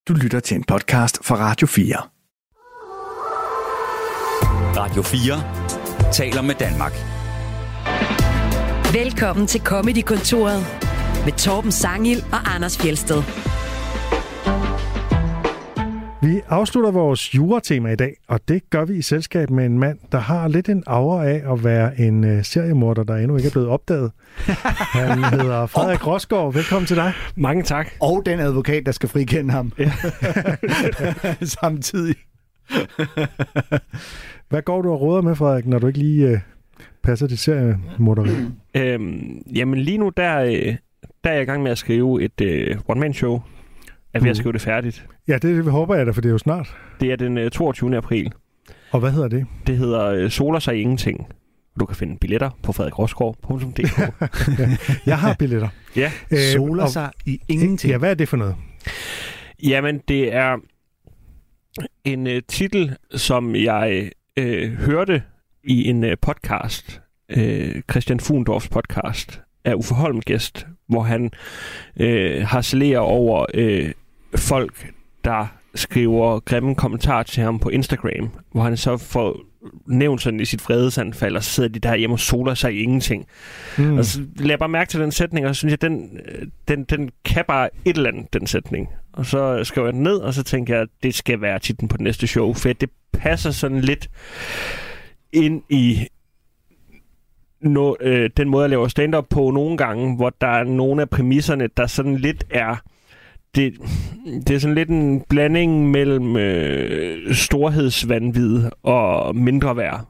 Du lytter til en podcast fra Radio 4. Radio 4 taler med Danmark. Velkommen til Comedy-kontoret med Torben Sangil og Anders Fjeldsted. Vi afslutter vores juratema i dag, og det gør vi i selskab med en mand, der har lidt en aura af at være en seriemorder, der endnu ikke er blevet opdaget. Han hedder Frederik Rosgaard. Velkommen til dig. Mange tak. Og den advokat, der skal frikende ham. Ja. Samtidig. Hvad går du og råder med, Frederik, når du ikke lige passer til seriemorderi? Jamen lige nu, der er jeg i gang med at skrive et one-man-show. Er ved at skrive det færdigt. Ja, det håber jeg da, for det er jo snart. Det er den 22. april. Og hvad hedder det? Det hedder Soler sig ingenting. Du kan finde billetter på frederikrodsgaard.dk. Jeg har billetter. Ja. Soler sig i ingenting. Ja, hvad er det for noget? Jamen, det er en titel, som jeg hørte i en podcast. Christian Fugendorfs podcast af Uffe Holm gæst, hvor han harcelerer over folk, der skriver grimme kommentarer til ham på Instagram, hvor han så får nævnt sådan i sit vredesanfald, og så sidder de der hjemme og soler sig i ingenting. Og så lader jeg bare mærke til den sætning, og så synes jeg, den kan bare et eller andet, den sætning. Og så skriver jeg den ned, og så tænker jeg, at det skal være titlen på det næste show, for det passer sådan lidt ind i den måde, jeg laver stand-up på nogle gange, hvor der er nogle af præmisserne, der sådan lidt er... Det er sådan lidt en blanding mellem storhedsvanvid og mindre værd,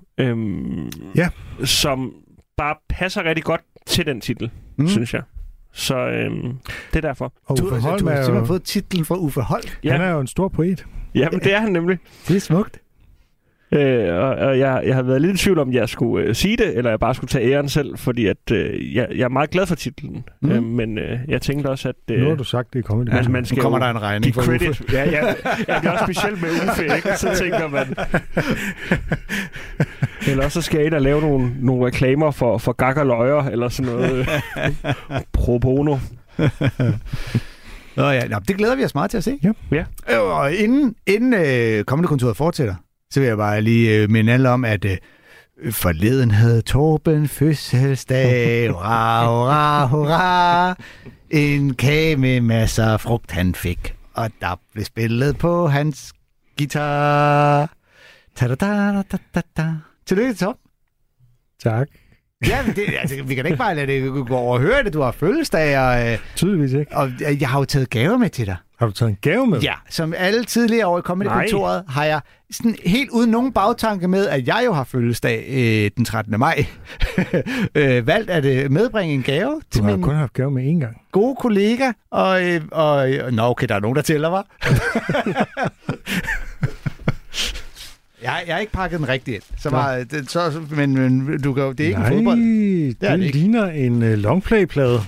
som bare passer rigtig godt til den titel, synes jeg. Så det er derfor. Og Uffe Holm du har simpelthen fået titlen fra Uffe Holm. Ja. Han er jo en stor poet. Jamen, det er han nemlig. Det er smukt. Og jeg har været lidt i tvivl om, jeg skulle sige det, eller jeg bare skulle tage æren selv, fordi at, jeg er meget glad for titlen. Men jeg tænkte også, at... Nu har du sagt det i comedy. Altså, man skal nu kommer der en regning for credit. Uffe. Ja, det er også specielt med Uffe, ikke? Så tænker man... Eller så skal jeg ind og lave nogle reklamer for gak og løjer, eller sådan noget pro bono. Nå ja, det glæder vi os meget til at se. Ja. Og inden Comedy-kontoret fortsætter, så vil jeg bare lige minde alle om, at forleden havde Torben fødselsdag. Hurra, hurra, hurra. En kage med masser af frugt, han fik. Og der blev spillet på hans guitar. Ta-da-da-da-da-da. Tillykke til Torben. Tak. Ja, men vi kan da ikke bare lade det gå over og høre det. Du har fødselsdag, og... Tydeligvis ikke. Og jeg har jo taget gaver med til dig. Har du taget en gave med? Ja, som alle tidligere år i Comedy-kontoret har jeg sådan helt uden nogen bagtanke med, at jeg jo har fødselsdag den 13. maj, valgt at medbringe en gave til min kun haft gave med én gang. Gode kollega, og nå okay, der er nogen, der tæller, var. Jeg har ikke pakket den rigtigt ind. Men du kan, det er ikke en fodbold. Det ligner en longplay-plade.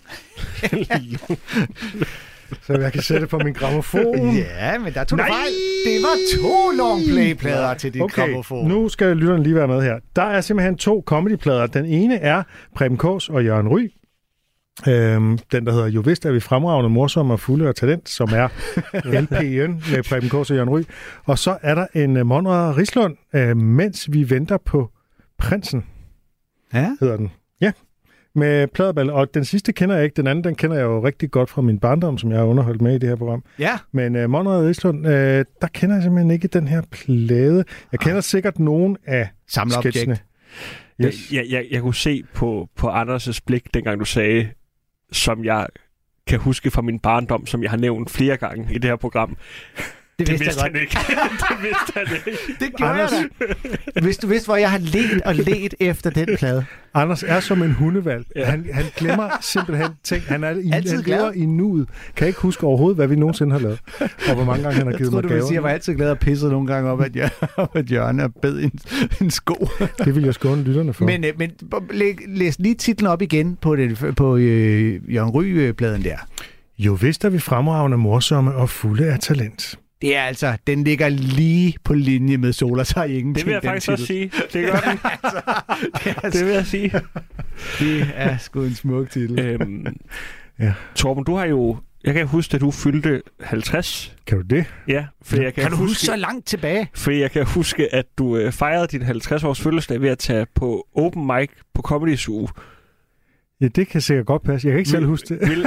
Så jeg kan sætte på min grammofon. Ja, men der tog du fejl. Det var 2 longplay-plader til din grammofon. Nu skal lytterne lige være med her. Der er simpelthen 2 comedy-plader. Den ene er Preben Kaas og Jørgen Ryg. Den, der hedder Jo vidst er vi fremragende, morsomme og fulde af talent, som er LP'en med Preben Kaas og Jørgen Ryg. Og så er der en Monrad Rislund, Mens vi venter på prinsen, hedder den. Ja, med pladeball. Og den sidste kender jeg ikke. Den anden, den kender jeg jo rigtig godt fra min barndom, som jeg har underholdt med i det her program. Ja. Men Monrad Rislund, der kender jeg simpelthen ikke den her plade. Jeg kender sikkert nogen af sketsene. Yes. Jeg kunne se på Anders' blik, dengang du sagde, som jeg kan huske fra min barndom, som jeg har nævnt flere gange i det her program. Det vidste han ikke. Det vidste han ikke. Det gjorde jeg da. Hvis du vidste, hvor jeg har ledt efter den plade. Anders er som en hundevalg. Ja. Han glemmer simpelthen ting. Han lever i nuet. Kan ikke huske overhovedet, hvad vi nogensinde har lavet. Og hvor mange gange han har givet mig gaver. Jeg var altid glad og pisset nogle gange op, at Jørgen er bed en sko. Det vil jeg skåne lytterne for. Men læs lige titlen op igen på Jørgen Ryg-pladen der. Jo vidst er vi fremragende, morsomme og fulde af talent. Det er altså, den ligger lige på linje med Soler sig ingenting. Det vil jeg faktisk også sige. Det gør den. Det vil jeg sige. Det er sgu en smuk titel. Torben, du har jo Jeg kan huske, at du fyldte 50. Kan du det? Ja, for jeg Kan du huske så langt tilbage? For jeg kan huske, at du fejrede din 50-års fødselsdag ved at tage på open mic på Comedy Zoo. Ja, det kan sikkert godt passe. Jeg kan ikke selv huske det.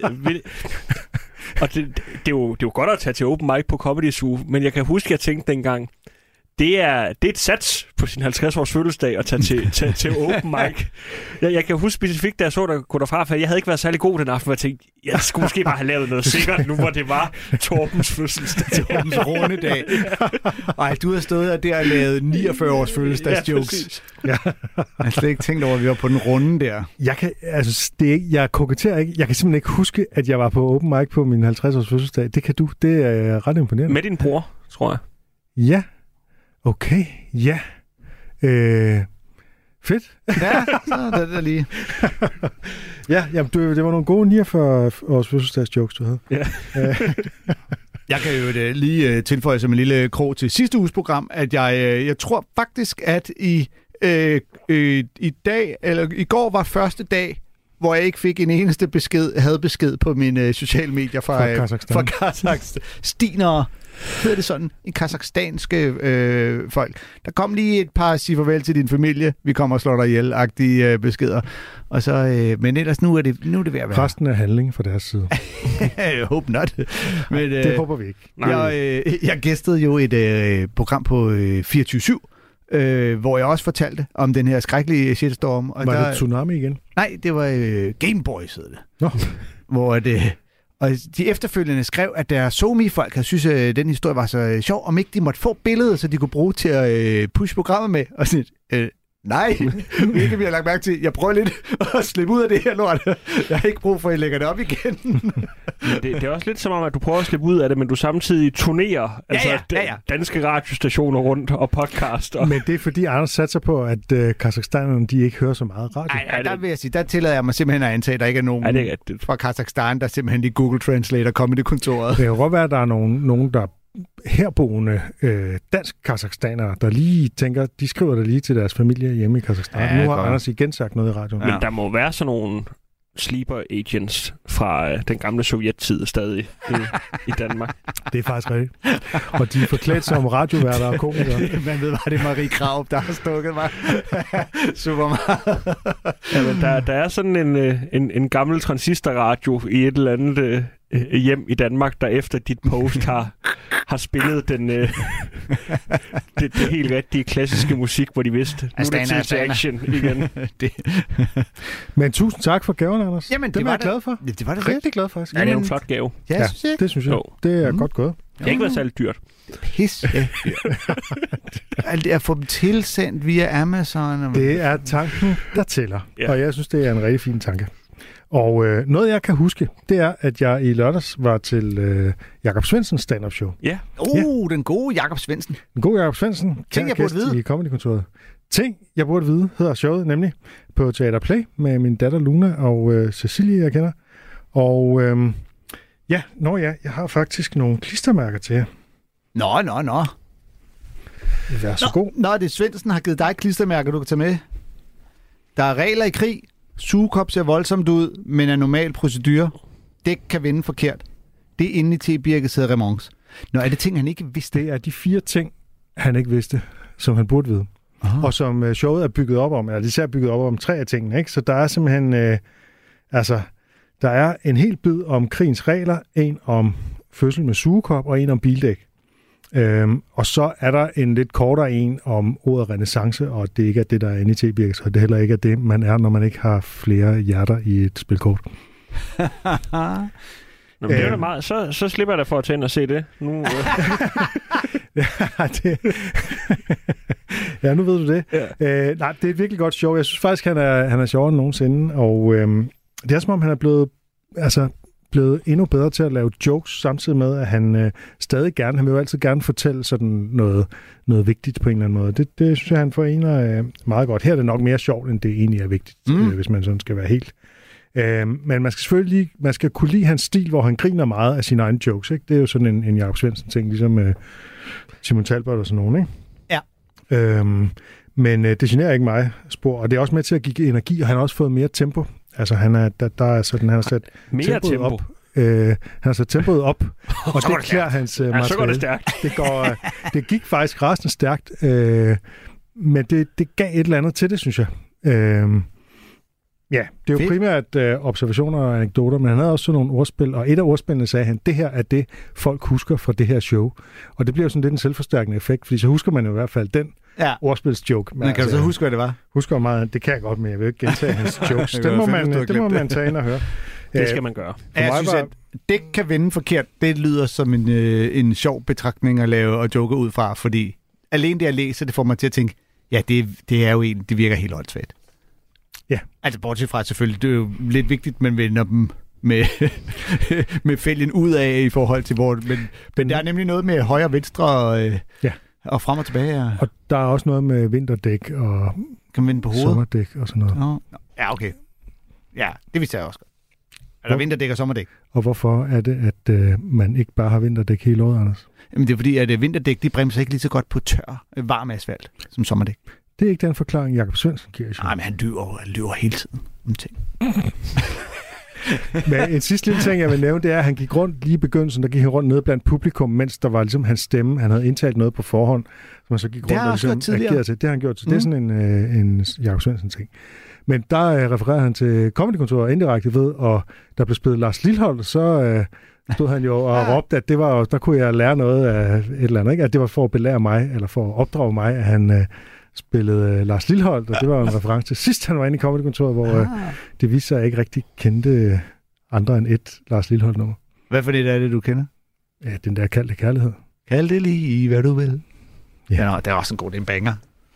Og det er jo godt at tage til open mic på Comedy Zoo, men jeg kan huske, at jeg tænkte dengang, det er et sats på sin 50-års fødselsdag at tage til open mic. Jeg kan huske specifikt, da jeg så dig gå derfra, for jeg havde ikke været særlig god den aften, og jeg tænkte, jeg skulle måske bare have lavet noget sikkert nu, hvor det var Torbens fødselsdag. Torbens rundedag. Ej, du har stået der og lavet 49 års fødselsdagsjokes. Ja, jeg har slet ikke tænkt over, at vi var på den runde der. Jeg koketterer ikke. Jeg kan simpelthen ikke huske, at jeg var på open mic på min 50-års fødselsdag. Det kan du. Det er ret imponerende. Med din bror, tror jeg. Ja. Okay, ja. Fedt. Ja, så er det lige. Ja, jamen, det var nogle gode 49 års fødselsdagsjokes, du havde. Ja. Jeg kan jo lige tilføje som en lille krog til sidste uges program, at jeg tror faktisk, at i dag, eller i går var første dag, hvor jeg ikke fik en eneste besked på mine sociale medier fra Kazakhstan. Stinere, hedder det sådan, en kazakhstanske folk. Der kom lige et par sige farvel til din familie, vi kommer og slår dig ihjel-agtige beskeder. Og så, men ellers nu er det ved at være. Resten af handling fra deres side. Jeg håber not. Men, det håber vi ikke. Jeg gæstede jo et program på 24/7, hvor jeg også fortalte om den her skrækkelige shitstorm. Og var det Tsunami igen? Nej, det var Game Boys, hed det. Nå. Hvor og de efterfølgende skrev, at deres SoMe-folk havde synes, at den historie var så sjov, om ikke de måtte få billeder, så de kunne bruge til at pushe programmet med. Og sådan, nej, ikke vi har lagt mærke til. Jeg prøver lidt at slippe ud af det her lort. Jeg har ikke brug for, at I lægger det op igen. Det er også lidt som om, at du prøver at slippe ud af det, men du samtidig turnerer danske radiostationer rundt og podcaster. Men det er fordi, Anders satser på, at kazakhstanerne de ikke hører så meget radio. Nej, der vil jeg sige, der tillader jeg mig simpelthen at antage, at der ikke er nogen fra Kazakhstan, der simpelthen i Google Translate kommer i det kontoret. Det kan godt være, at der er nogen der herboende dansk-kazakhstanere, der lige tænker, de skriver det lige til deres familie hjemme i Kazakhstan. Ja, nu har Anders igen sagt noget i radioen. Men der må være sådan nogle sleeper agents fra den gamle sovjettid stadig i Danmark. Det er faktisk rigtigt. Og de er forklædt som radioværter og komikere. Man ved bare, det er Marie Krarup, der har stukket mig super meget. Ja, der er sådan en gammel transistorradio i et eller andet hjem i Danmark, der efter dit post har spillet det helt rigtige klassiske musik, hvor de vidste, nu er det tid til action igen. Men tusind tak for gaven, Anders. Jamen, det var jeg glad for. Ja, det var det rigtig glad for. Ja, det er en flot gave. Ja, det synes jeg. Jo. Det er godt gået. Det har ikke været særlig dyrt. Pis. Alt det at få dem tilsendt via Amazon. Det er tanken, der tæller. Ja. Og jeg synes, det er en rigtig fin tanke. Og noget, jeg kan huske, det er, at jeg i lørdags var til Jakob Svendsens stand-up show. Ja. Den gode Jakob Svendsen. Den gode Jakob Svendsen. Ting, jeg burde vide. I Comedy-kontoret. Ting, jeg burde vide, hedder showet nemlig på Teater Play med min datter Luna og Cecilie, jeg kender. Og jeg har faktisk nogle klistermærker til jer. Nå. Vær så god. Nå, det Svendsen har givet dig klistermærker, du kan tage med. Der er regler i krig. Sugekop ser voldsomt ud, men er normal procedure. Dæk kan vende forkert. Det er inde i tebirket sidder remons. Nå, er det ting, han ikke vidste? Det er de 4 ting, han ikke vidste, som han burde vide. Aha. Og som showet er bygget op om, eller det er bygget op om 3 af tingene, ikke? Så der er simpelthen, der er en hel bid om krigens regler, en om fødsel med sugekop og en om bildæk. Og så er der en lidt kortere en om ordet renæssance, og det ikke er det, der er inde i tebirket, og det heller ikke er det, man er, når man ikke har flere hjerter i et spilkort. Nå, det er da meget. Så slipper jeg da for at tænde og se det. Nu, ja, nu ved du det. Ja. Nej, det er et virkelig godt show. Jeg synes faktisk, han er sjovere end nogensinde, og det er som om, han er blevet endnu bedre til at lave jokes, samtidig med, at han han vil jo altid gerne fortælle sådan noget vigtigt på en eller anden måde. Det synes jeg, han forener meget godt. Her er det nok mere sjovt, end det egentlig er vigtigt, hvis man sådan skal være helt. Men man skal selvfølgelig kunne lide hans stil, hvor han griner meget af sine egne jokes. Ikke? Det er jo sådan en Jakob Svendsen ting, ligesom Simon Talbot og sådan nogen, ikke? Ja. Men det generer ikke mig spor, og det er også med til at give energi, og han har også fået mere tempo. Altså han har sat mere tempo op. Han har sat tempoet op, og det klæder hans materiale. Så går det stærkt. Det gik faktisk rasende stærkt, men det gav et eller andet til det, synes jeg. Ja, det er jo primært observationer og anekdoter, men han havde også sådan nogle ordspil, og et af ordspillene sagde han, det her er det, folk husker fra det her show. Og det bliver jo sådan lidt en selvforstærkende effekt, fordi så husker man jo i hvert fald den ordspilsjoke. Men kan du så huske, hvad det var? Husker meget, det kan jeg godt, men jeg vil ikke gentage hans jokes. det må man tage ind og høre. Det skal man gøre. Jeg synes, at det kan vende forkert. Det lyder som en sjov betragtning at lave og joke ud fra, fordi alene det, jeg læser, det får mig til at tænke, ja, det er jo det virker helt åndssvagt. Ja. Altså bortset fra selvfølgelig, det er jo lidt vigtigt, man vender dem med fælgen ud af i forhold til hvor... Men der er nemlig noget med højre og venstre og frem og tilbage. Og der er også noget med vinterdæk og kan man vinde på hovedet? Sommerdæk og sådan noget. Ja, okay. Ja, det vidste jeg også. Er der vinterdæk og sommerdæk? Og hvorfor er det, at man ikke bare har vinterdæk hele året, Anders? Jamen det er fordi, at vinterdæk, de bremser ikke lige så godt på tør, varm asfalt som sommerdæk. Det er ikke den forklaring, Jakob Svendsen giver. Nej, men han lyver hele tiden om ting. Men en sidste lille ting, jeg vil nævne, det er, at han gik rundt lige i begyndelsen, der gik han rundt nede blandt publikum, mens der var ligesom hans stemme. Han havde indtalt noget på forhånd, som han så gik rundt og ligesom agerede til. Det har han gjort til. Det er sådan en Jakob Svendsen ting. Men der refererede han til Comedy-kontoret indirekte ved, og der blev spillet Lars Lilholt, så stod han jo og råbte, at det var, der kunne jeg lære noget af et eller andet, ikke? At det var for at belære mig, eller for at opdrage mig, at han spillede Lars Lilholt, og det var en reference til sidst, han var inde i Comedy-kontoret, hvor det viste sig, at jeg ikke rigtig kendte andre end et Lars Lilholt-nummer. Hvad for det er det, du kender? Ja, den der Kald det kærlighed. Kald det lige, hvad du vil. Ja, det er også en god, det er en banger.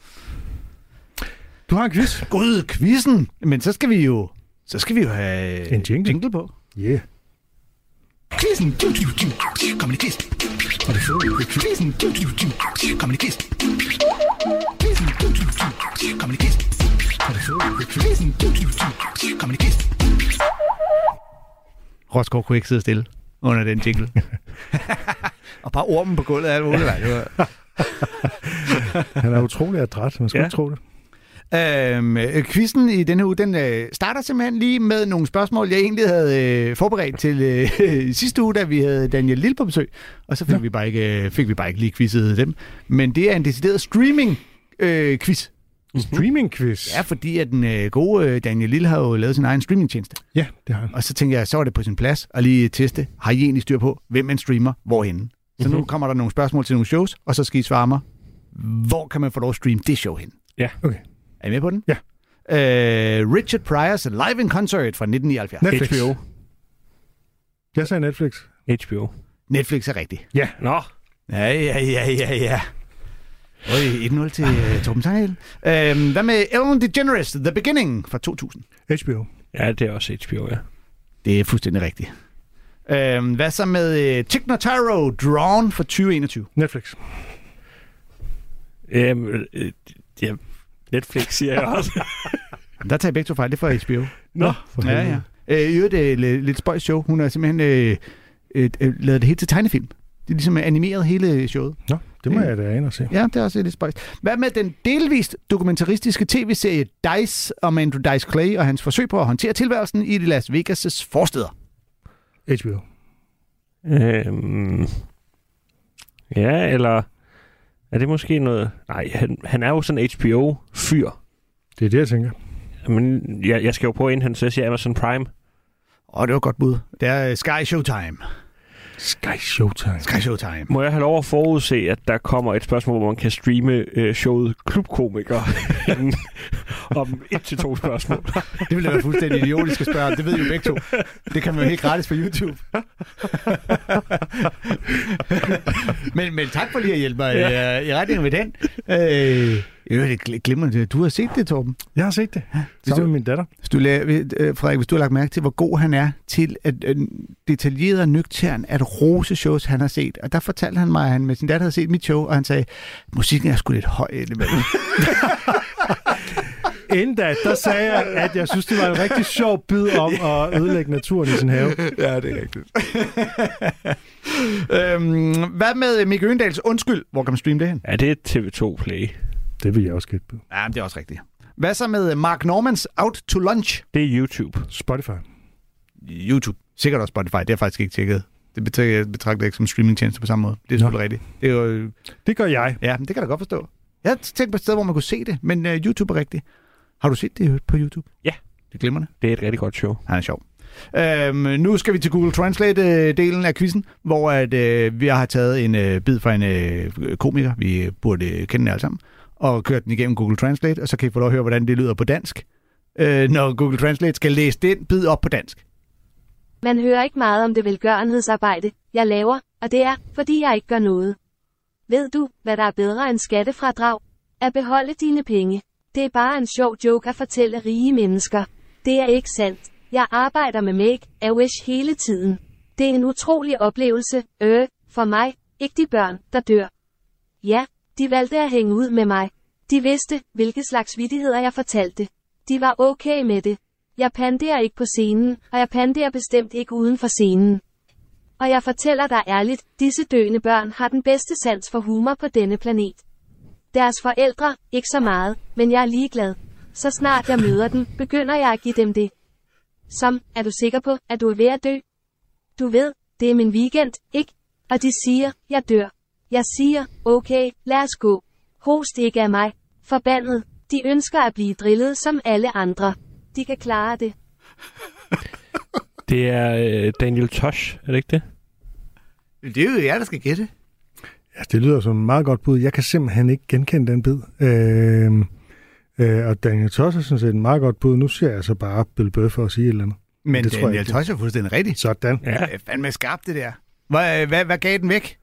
Du har en quiz. God, quizzen! Men så skal vi jo have en jingle på. Yeah. Quizzen! Kom i quizzen! Quizzen! Kom i quizzen! Rosgaard kunne ikke sidde stille under den jingle. Og bare ormen på gulvet af alt muligt. Han er utrolig adræt, man skal ikke tro det. Quizzen i denne uge, den starter simpelthen lige med nogle spørgsmål, jeg egentlig havde forberedt til sidste uge, da vi havde Daniel Lille på besøg, og så fik vi bare ikke lige quizzet dem. Men det er en decideret streaming-quiz. Streaming-quiz? Ja, fordi at den gode Daniel Lille har jo lavet sin egen streamingtjeneste. Ja, det har han. Og så tænkte jeg, så var det på sin plads at lige teste, har I egentlig styr på, hvem man streamer, hvorhenne? Så nu kommer der nogle spørgsmål til nogle shows, og så skal I svare mig, hvor kan man få lov at streame det show hen? Ja. Okay. Er I med på den? Ja. Richard Pryor's Live in Concert fra 1979. Netflix. HBO. Jeg sagde Netflix. HBO. Netflix er rigtigt. Ja. Nå. Ja. Oj, 1-0 til Torben Sangel. Hvad med Ellen DeGeneres, The Beginning fra 2000? HBO. Ja, det er også HBO, ja. Det er fuldstændig rigtigt. Hvad så med Tic Notaro, Drawn fra 2021? Netflix. Ja, Netflix siger jeg også. Der tager jeg begge to fejl, det er fra HBO. Nå. Ja. I øvrigt lidt spøjs show. Hun har simpelthen lavet det helt til tegnefilm. Det er ligesom animeret hele showet. Nå, det må jeg da ane at se. Ja, det er også lidt spøjs. Hvad med den delvist dokumentaristiske tv-serie Dice om Andrew Dice Clay og hans forsøg på at håndtere tilværelsen i Las Vegas' forstæder? HBO. Ja, eller er det måske noget... Nej, han er jo sådan en HBO-fyr. Det er det, jeg tænker. Men jeg skal jo på inden han siger Amazon Prime. Det var godt bud. Det er Sky Showtime. Sky Showtime. Må jeg have lov at forudse, at der kommer et spørgsmål, hvor man kan streame showet Klubkomiker om 1-2 spørgsmål? Det ville være fuldstændig idiotisk at spørge. Det ved I jo begge to. Det kan man jo helt gratis på YouTube. men tak for lige at hjælpe mig i retning med den. Det glemmer. Du har set det, Torben? Jeg har set det. Sammen med min datter. Frederik, hvis du har lagt mærke til, hvor god han er til at detaljeret og nøgtern at rose shows, han har set. Og der fortalte han mig, at han med sin datter havde set mit show, og han sagde, musikken er sgu lidt høj. Inden da, der sagde jeg, at jeg synes, det var en rigtig sjov bid om at ødelægge naturen i sin have. Ja, det er rigtigt. Hvad med Mikke Øgendals Undskyld? Hvor kan man streame det hen? Ja, det er TV2 Play. Det vil jeg også gætte på. Ja, det er også rigtigt. Hvad så med Mark Normans Out to Lunch? Det er YouTube. Spotify. YouTube. Sikkert også Spotify, det har jeg faktisk ikke tjekket. Det betragter jeg ikke som streamingtjeneste på samme måde. Det er selvfølgelig rigtigt. Det er jo... Det gør jeg. Ja, det kan jeg da godt forstå. Jeg har tænkt på et sted, hvor man kunne se det, men YouTube er rigtigt. Har du set det på YouTube? Ja. Det er glimrende. Det er et rigtig godt show. Han er sjov. Nu skal vi til Google Translate-delen af quizzen, hvor vi har taget en bid fra en komiker, vi burde kende alle sammen, og kørt den igennem Google Translate, og så kan I få lov at høre, hvordan det lyder på dansk, når Google Translate skal læse den bid op på dansk. Man hører ikke meget om det velgørenhedsarbejde, jeg laver, og det er, fordi jeg ikke gør noget. Ved du, hvad der er bedre end skattefradrag? At beholde dine penge. Det er bare en sjov joke at fortælle rige mennesker. Det er ikke sandt. Jeg arbejder med Make-A-Wish hele tiden. Det er en utrolig oplevelse, for mig, ikke de børn, der dør. Ja, de valgte at hænge ud med mig. De vidste, hvilke slags vittigheder jeg fortalte. De var okay med det. Jeg panderer ikke på scenen, og jeg panderer bestemt ikke uden for scenen. Og jeg fortæller dig ærligt, disse døende børn har den bedste sans for humor på denne planet. Deres forældre, ikke så meget, men jeg er ligeglad. Så snart jeg møder dem, begynder jeg at give dem det. Er du sikker på, at du er ved at dø? Du ved, det er min weekend, ikke? Og de siger, jeg dør. Jeg siger, okay, lad os gå. Host ikke af mig. Forbandet. De ønsker at blive drillet som alle andre. De kan klare det. Det er Daniel Tosh, er det ikke det? Det er jo jer, der skal gætte. Ja, det lyder som et meget godt bud. Jeg kan simpelthen ikke genkende den bid. Og Daniel Tosh er sådan set en meget godt bud. Nu siger jeg så bare Bill Burr for at sige et eller andet. Men det Daniel Tosh er fuldstændig rigtigt. Sådan. Ja. Det er fandme skarpt, det der. Hvad gav den væk?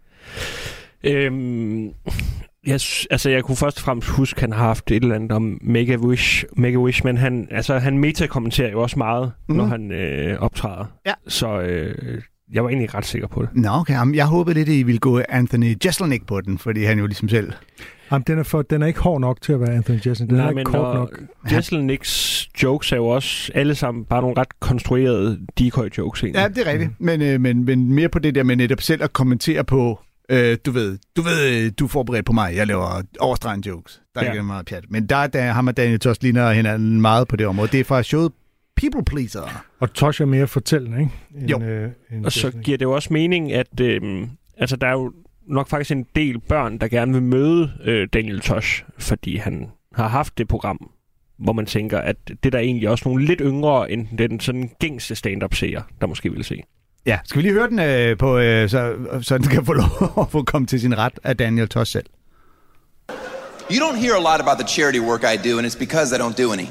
Jeg kunne først og fremmest huske, at han har haft et eller andet om Make-A-Wish, men han metakommenterer jo også meget, når han optræder. Ja. Så jeg var egentlig ret sikker på det. Nå, okay. Jeg håbede lidt, at I ville gå Anthony Jeselnik på den, fordi han jo ligesom selv... Jamen, den er ikke hård nok til at være Anthony Jeselnik. Den er ikke kort nok. Jeselniks jokes er jo også alle sammen bare nogle ret konstruerede decoy-jokes. Egentlig. Ja, det er rigtigt. Men mere på det der med netop selv at kommentere på... Du ved, du er forberedt på mig. Jeg laver overstregende jokes. Der er ikke meget pjat. Men der har man Daniel Tosh ligner hinanden meget på det område. Det er fra showet People Pleaser. Og Tosh er mere fortællende, ikke? Og så giver det jo også mening, at der er jo nok faktisk en del børn, der gerne vil møde Daniel Tosh, fordi han har haft det program, hvor man tænker, at det der er egentlig også nogle lidt yngre end den sådan gængse stand-up-seer, der måske vil se. Ja, skal vi lige høre den på, så den kan få lov at få komme til sin ret af Daniel Tosh selv. You don't hear a lot about the charity work I do, and it's because I don't do any.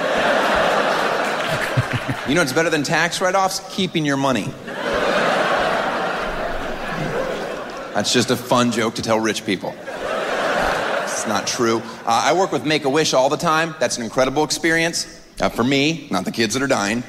You know what's better than tax write-offs? Keeping your money. That's just a fun joke to tell rich people. It's not true. I work with Make-A-Wish all the time. That's an incredible experience. For me, not the kids that are dying.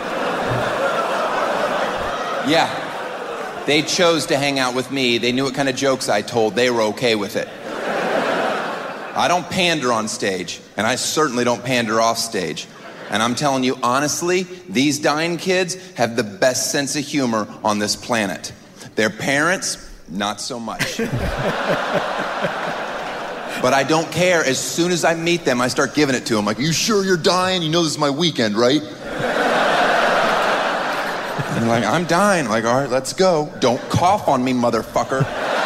Yeah, they chose to hang out with me. They knew what kind of jokes I told. They were okay with it. I don't pander on stage, and I certainly don't pander off stage. And I'm telling you, honestly, these dying kids have the best sense of humor on this planet. Their parents, not so much. But I don't care. As soon as I meet them, I start giving it to them. Like, you sure you're dying? You know this is my weekend, right? And like, I'm dying. Like, all right, let's go. Don't cough on me, motherfucker.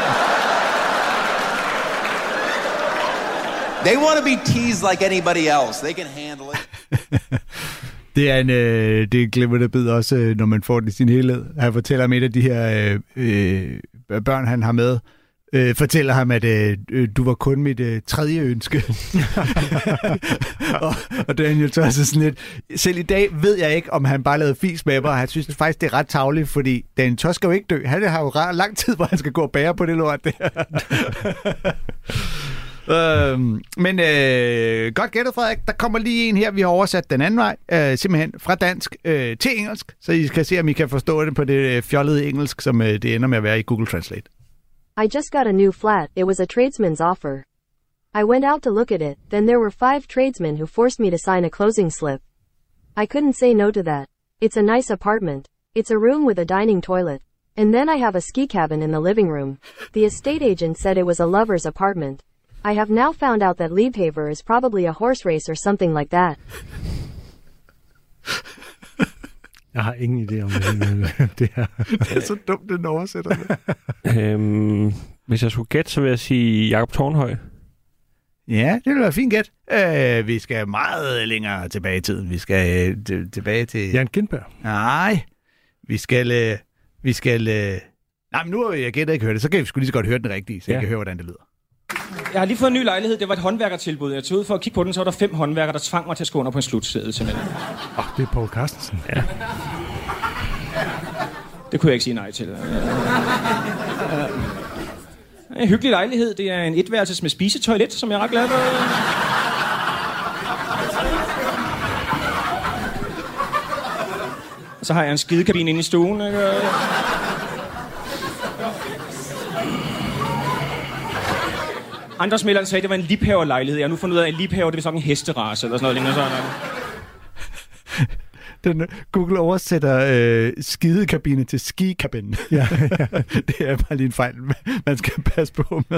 They want to be teased like anybody else. They can handle it. Det er en glimrende bid også, når man får det i sin helhed. Han fortæller om et af de her børn, han har med. Fortæller ham, at du var kun mit tredje ønske. og Daniel Tosh er sådan lidt... Selv i dag ved jeg ikke, om han bare lavede fis med mig, og han synes faktisk, det er ret tarveligt, fordi Daniel Tosh skal jo ikke dø. Han har jo lang tid, hvor han skal gå og bære på det lort der. Men godt gættet, Frederik. Der kommer lige en her, vi har oversat den anden vej, simpelthen fra dansk til engelsk, så I kan se, om I kan forstå det på det fjollede engelsk, som det ender med at være i Google Translate. I just got a new flat. It was a tradesman's offer. I went out to look at it, then there were 5 tradesmen who forced me to sign a closing slip. I couldn't say no to that. It's a nice apartment. It's a room with a dining toilet. And then I have a ski cabin in the living room. The estate agent said it was a lover's apartment. I have now found out that Liebhaver is probably a horse race or something like that. Jeg har ingen idé om det her. Det er så dumt, den oversætter det. Hvis jeg skulle gætte, så vil jeg sige Jakob Tornhøj. Ja, det vil være fint gæt. Vi skal meget længere tilbage i tiden. Vi skal tilbage til... Jan Gintberg. Nej, vi skal... Nej, men nu har jeg gættet ikke hørt det, så kan vi sgu lige så godt høre den rigtige, så jeg kan høre, hvordan det lyder. Jeg har lige fået en ny lejlighed. Det var et håndværkertilbud. Jeg tog ud for at kigge på den, så var der 5 håndværkere, der tvang mig til at skrive under på en slutseddel simpelthen. Det er Poul Carstensen. Ja. Det kunne jeg ikke sige nej til. En hyggelig lejlighed. Det er en etværelses med spisetoilet, som jeg er ret glad for. Og så har jeg en skidekabine inde i stuen. Ikke? Andre smæleren sagde, at det var en liebhaverlejlighed. Jeg har nu fundet ud af, at en liebhaver, det er sådan en hesterace eller sådan noget. Den Google oversætter skidekabine til skikabine. Ja. Det er bare lige en fejl, man skal passe på med.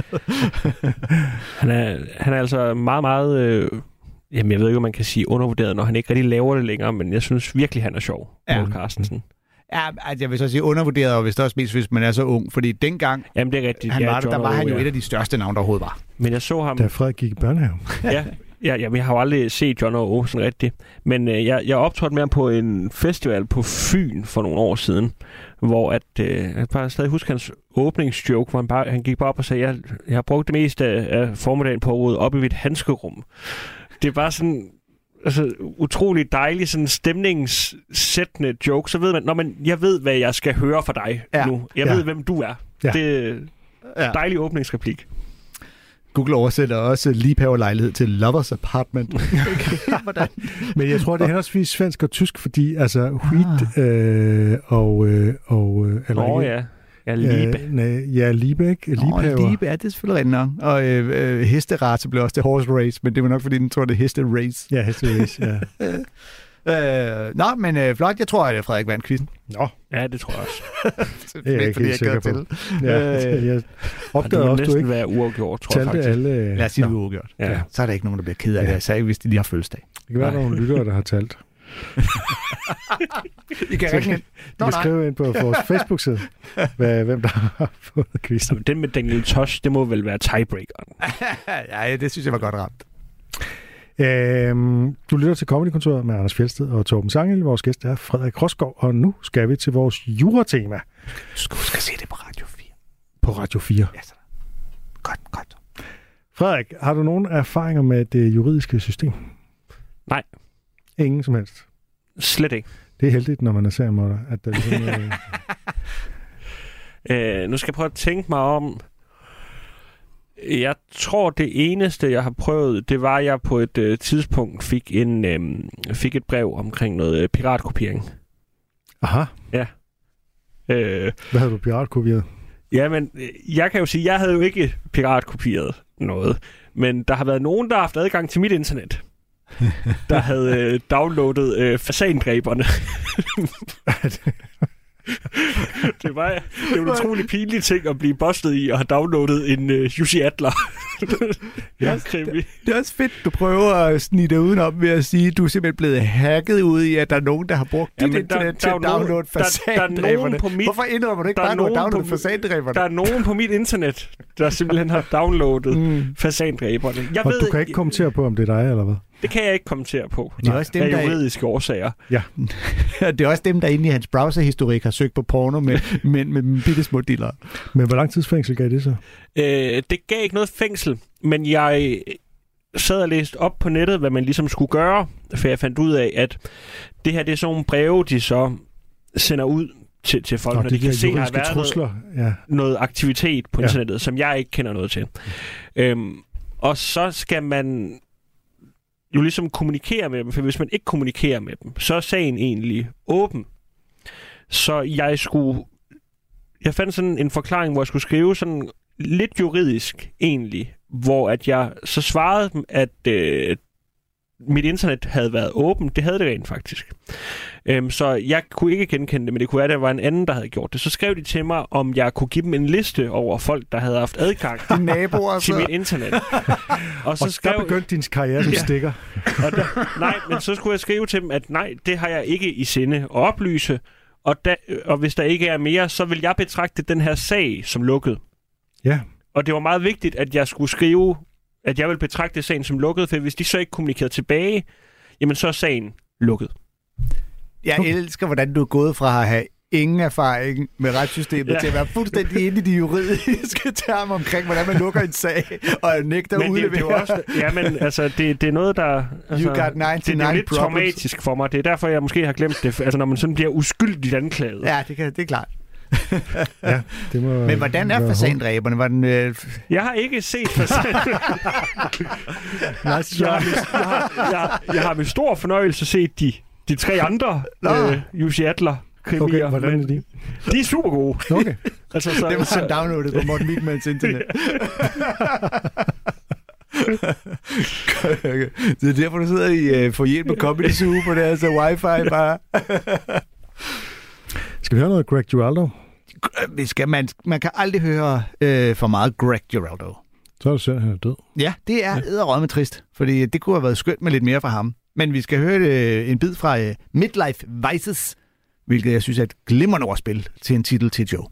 Han er altså meget, meget... Jamen, jeg ved ikke, om man kan sige undervurderet, når han ikke rigtig laver det længere, men jeg synes virkelig, han er sjov, Poul Carstensen. Ja, altså jeg vil så sige undervurderet, og hvis også mest, hvis man er så ung, fordi dengang jamen, det er rigtigt. Han var, der var han jo et af de største navne, der overhovedet var. Men jeg så ham... Da Frederik gik i børnehave. Ja, jeg har jo aldrig set John O. sådan rigtigt. Men jeg optrådte med ham på en festival på Fyn for nogle år siden, hvor jeg bare stadig husker hans åbningsjoke, hvor han gik bare op og sagde, jeg har brugt det meste af formiddagen på at rode op i mit handskerum. Det er bare sådan... Altså, utrolig dejlig, sådan stemningssættende joke, så ved man, jeg ved, hvad jeg skal høre fra dig nu. Jeg ved, hvem du er. Ja. Det er dejlig åbningsreplik. Google oversætter også liebhaverlejlighed til lovers apartment. Okay. Men jeg tror, det er henholdsvis svensk og tysk, fordi altså Wheat eller Ja, Liebe. Liebe, ikke? Liebe, det er selvfølgelig rigtigt nok. Og hesterace blev også til horse race, men det var nok, fordi den tror, det er heste race. Ja, heste race, ja. Men flot. Jeg tror, at Frederik vandt quizzen. Nå. Ja, det tror jeg også. Det er jeg ikke helt sikker på. Jeg opdagede også, du ikke være uafgjort, tror jeg faktisk. Lad os sige, det er uafgjort. Ja. Så er der ikke nogen, der bliver ked af det. Særligt, hvis de lige har fødselsdag. Det kan være, der er nogle lyttere, der har talt. I kan ringe ind. Du kan skrive ind på vores Facebook-side, hvem der har fået quizzen. Den med Daniel Tosh, det må vel være tiebreakeren. Ja, det synes jeg var godt ramt. Du lytter til Comedy-kontoret med Anders Fjeldsted og Torben Sangel. Vores gæst er Frederik Rosgaard, og nu skal vi til vores juratema. Du skal se det på Radio 4. På Radio 4? Ja, så. Godt. Frederik, har du nogen erfaringer med det juridiske system? Nej. Ingen som helst? Slet ikke. Det er heldigt, når man er seriemorder, at der ligesom... Nu skal jeg prøve at tænke mig om... Jeg tror, det eneste, jeg har prøvet, det var, at jeg på et tidspunkt fik et brev omkring noget piratkopiering. Aha. Ja. Hvad havde du piratkopieret? Jamen, jeg kan jo sige, at jeg havde jo ikke piratkopieret noget. Men der har været nogen, der har haft adgang til mit internet, der havde downloadet fasandræberne. Det var en utrolig pinlig ting at blive bustet i og have downloadet en Jussi Adler. Det er også fedt, du prøver at snige dig udenom ved at sige, at du er simpelthen blevet hacket ud i, at der er nogen, der har brugt dit internet til at downloade fasandræberne. Hvorfor indrømmer du ikke bare, at du har downloadet fasandræberne? Der er nogen på mit internet, der simpelthen har downloadet fasandræberne. Og du kan ikke kommentere på, om det er dig, eller hvad? Det kan jeg ikke kommentere på. Det er også dem, af juridiske årsager. Ja. Det er også dem, der inde i hans browserhistorik har søgt på porno med bitte små diller. Men hvor lang tids fængsel gav det så? Det gav ikke noget fængsel, men jeg sad og læste op på nettet, hvad man ligesom skulle gøre, for jeg fandt ud af, at det her, det er sådan nogle breve, de så sender ud til folk, når de kan se, at der har været noget aktivitet på internettet, som jeg ikke kender noget til. Og så skal man jo ligesom kommunikere med dem, for hvis man ikke kommunikerer med dem, så er sagen egentlig åben. Så jeg fandt sådan en forklaring, hvor jeg skulle skrive sådan lidt juridisk egentlig, hvor at jeg så svarede dem, at mit internet havde været åbent. Det havde det rent faktisk. Så jeg kunne ikke genkende det, men det kunne være, at der var en anden, der havde gjort det. Så skrev de til mig, om jeg kunne give dem en liste over folk, der havde haft adgang til mit internet. Og så der begyndte din karriere som stikker. Nej, men så skulle jeg skrive til dem, at nej, det har jeg ikke i sinde at oplyse. Og hvis der ikke er mere, så vil jeg betragte den her sag som lukket. Ja. Og det var meget vigtigt, at jeg skulle skrive, at jeg vil betragte sagen som lukket, for hvis de så ikke kommunikerede tilbage, jamen så er sagen lukket. Jeg elsker, hvordan du er gået fra at have ingen erfaring med retssystemet til at være fuldstændig inde i de juridiske termer omkring, hvordan man lukker en sag og nægter at udlevere. Men altså, det er noget, der... Altså, you got 99 det er lidt problems. traumatisk for mig. Det er derfor, jeg måske har glemt det. Altså, når man sådan bliver uskyldigt anklaget. Ja, det er klart. Ja, det må. Men hvordan er fasandræberne? Var den, Jeg har ikke set fasandræberne. Jeg har med stor fornøjelse set de 3 andre Jussi Adler krimier. Okay, hvordan er de? De er super gode. Okay. Altså, det var så downloadet på Morten Wigmans internet. Det er derfor, du sidder i foyeren på Comedy Zoo på det, altså wifi bare. Skal vi høre noget Greg Giraldo? Man kan aldrig høre for meget Greg Giraldo. Så er det synd, han er død. Ja, det er edderrømme trist, fordi det kunne have været skønt med lidt mere fra ham. Men vi skal høre en bid fra Midlife Vices, hvilket jeg synes er et glimrende ordspil til en titel til Joe.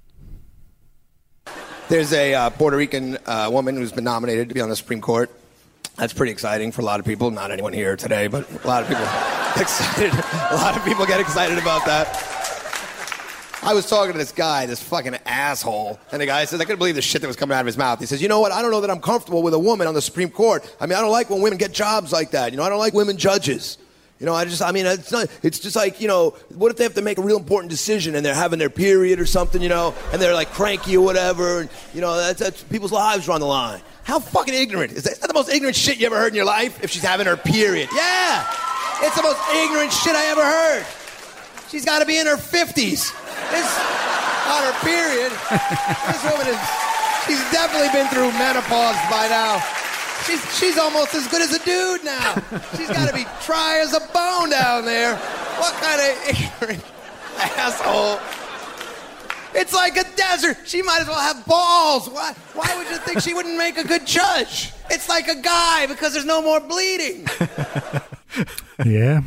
There's a Puerto Rican woman who's been nominated to be on the Supreme Court. That's pretty exciting for a lot of people. Not anyone here today, but a lot of people excited. A lot of people get excited about that. I was talking to this guy, this fucking asshole, and the guy says, I couldn't believe the shit that was coming out of his mouth. He says, you know what, I don't know that I'm comfortable with a woman on the Supreme Court. I mean, I don't like when women get jobs like that. You know, I don't like women judges. You know, it's just like, you know, what if they have to make a real important decision and they're having their period or something, you know, and they're like cranky or whatever, and, you know, that's people's lives are on the line. How fucking ignorant. Is that the most ignorant shit you ever heard in your life? If she's having her period. Yeah! It's the most ignorant shit I ever heard. She's got to be in her 50s. It's on her period. This woman she's definitely been through menopause by now. She's almost as good as a dude now. She's got to be dry as a bone down there. What kind of ignorant asshole? It's like a desert. She might as well have balls. Why would you think she wouldn't make a good judge? It's like a guy because there's no more bleeding. Ja,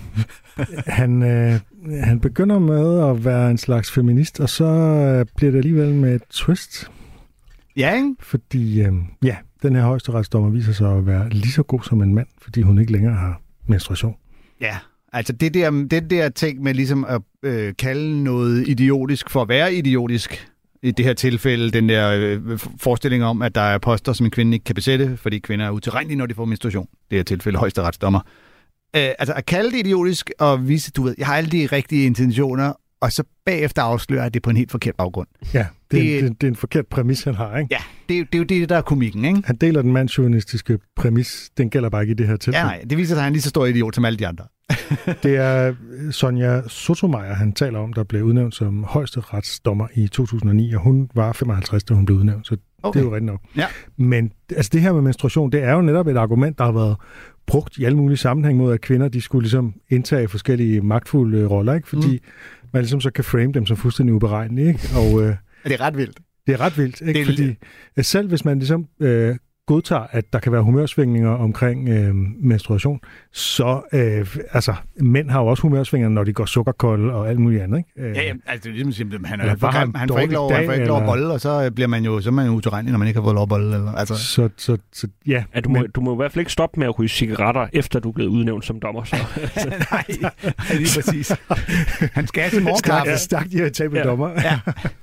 han begynder med at være en slags feminist, og så bliver det alligevel med et twist. Ja, ikke? Fordi, den her højesteretsdommer viser sig at være lige så god som en mand, fordi hun ikke længere har menstruation. Ja, altså det der ting med ligesom at kalde noget idiotisk for at være idiotisk, i det her tilfælde den der forestilling om, at der er poster, som en kvinde ikke kan besætte, fordi kvinder er utilregnelige, når de får menstruation. Det her tilfælde højesteretsdommer. Altså at kalde det idiotisk og vise, du ved, jeg har alle de rigtige intentioner, og så bagefter afslører det på en helt forkert baggrund. Ja, det er en forkert præmis, han har, ikke? Ja, det er jo det, der er komikken, ikke? Han deler den mandsjuvenistiske præmis, den gælder bare ikke i det her tilfælde. Ja, nej, det viser sig, at han er lige så stor idiot som alle de andre. Det er Sonja Sotomayor, han taler om, der blev udnævnt som højesteretsdommer i 2009, og hun var 55, da hun blev udnævnt, så okay. Det er jo rigtigt nok. Ja. Men altså, det her med menstruation, det er jo netop et argument, der har været brugt i alle mulige sammenhæng mod, at kvinder de skulle ligesom indtage forskellige magtfulde roller, ikke? Fordi man ligesom så kan frame dem som fuldstændig uberegnelige, ikke? Og det er ret vildt. Det er ret vildt, ikke? Fordi selv hvis man ligesom godtager, at der kan være humørsvingninger omkring menstruation, så mænd har jo også humørsvingninger, når de går sukkerkolde og alt muligt andet, ikke? Ja, altså det er ligesom simpelthen, han får ikke lov at bolle, og så bliver man jo utilregnelig, når man ikke har fået lov at bolle. Eller, altså. Så ja. Du må i hvert fald ikke stoppe med at ryge cigaretter, efter du er blevet udnævnt som dommer. Så. Nej, lige præcis. Han skal have sin morgenkaffe. Stærkt irritabel dommer. Ja.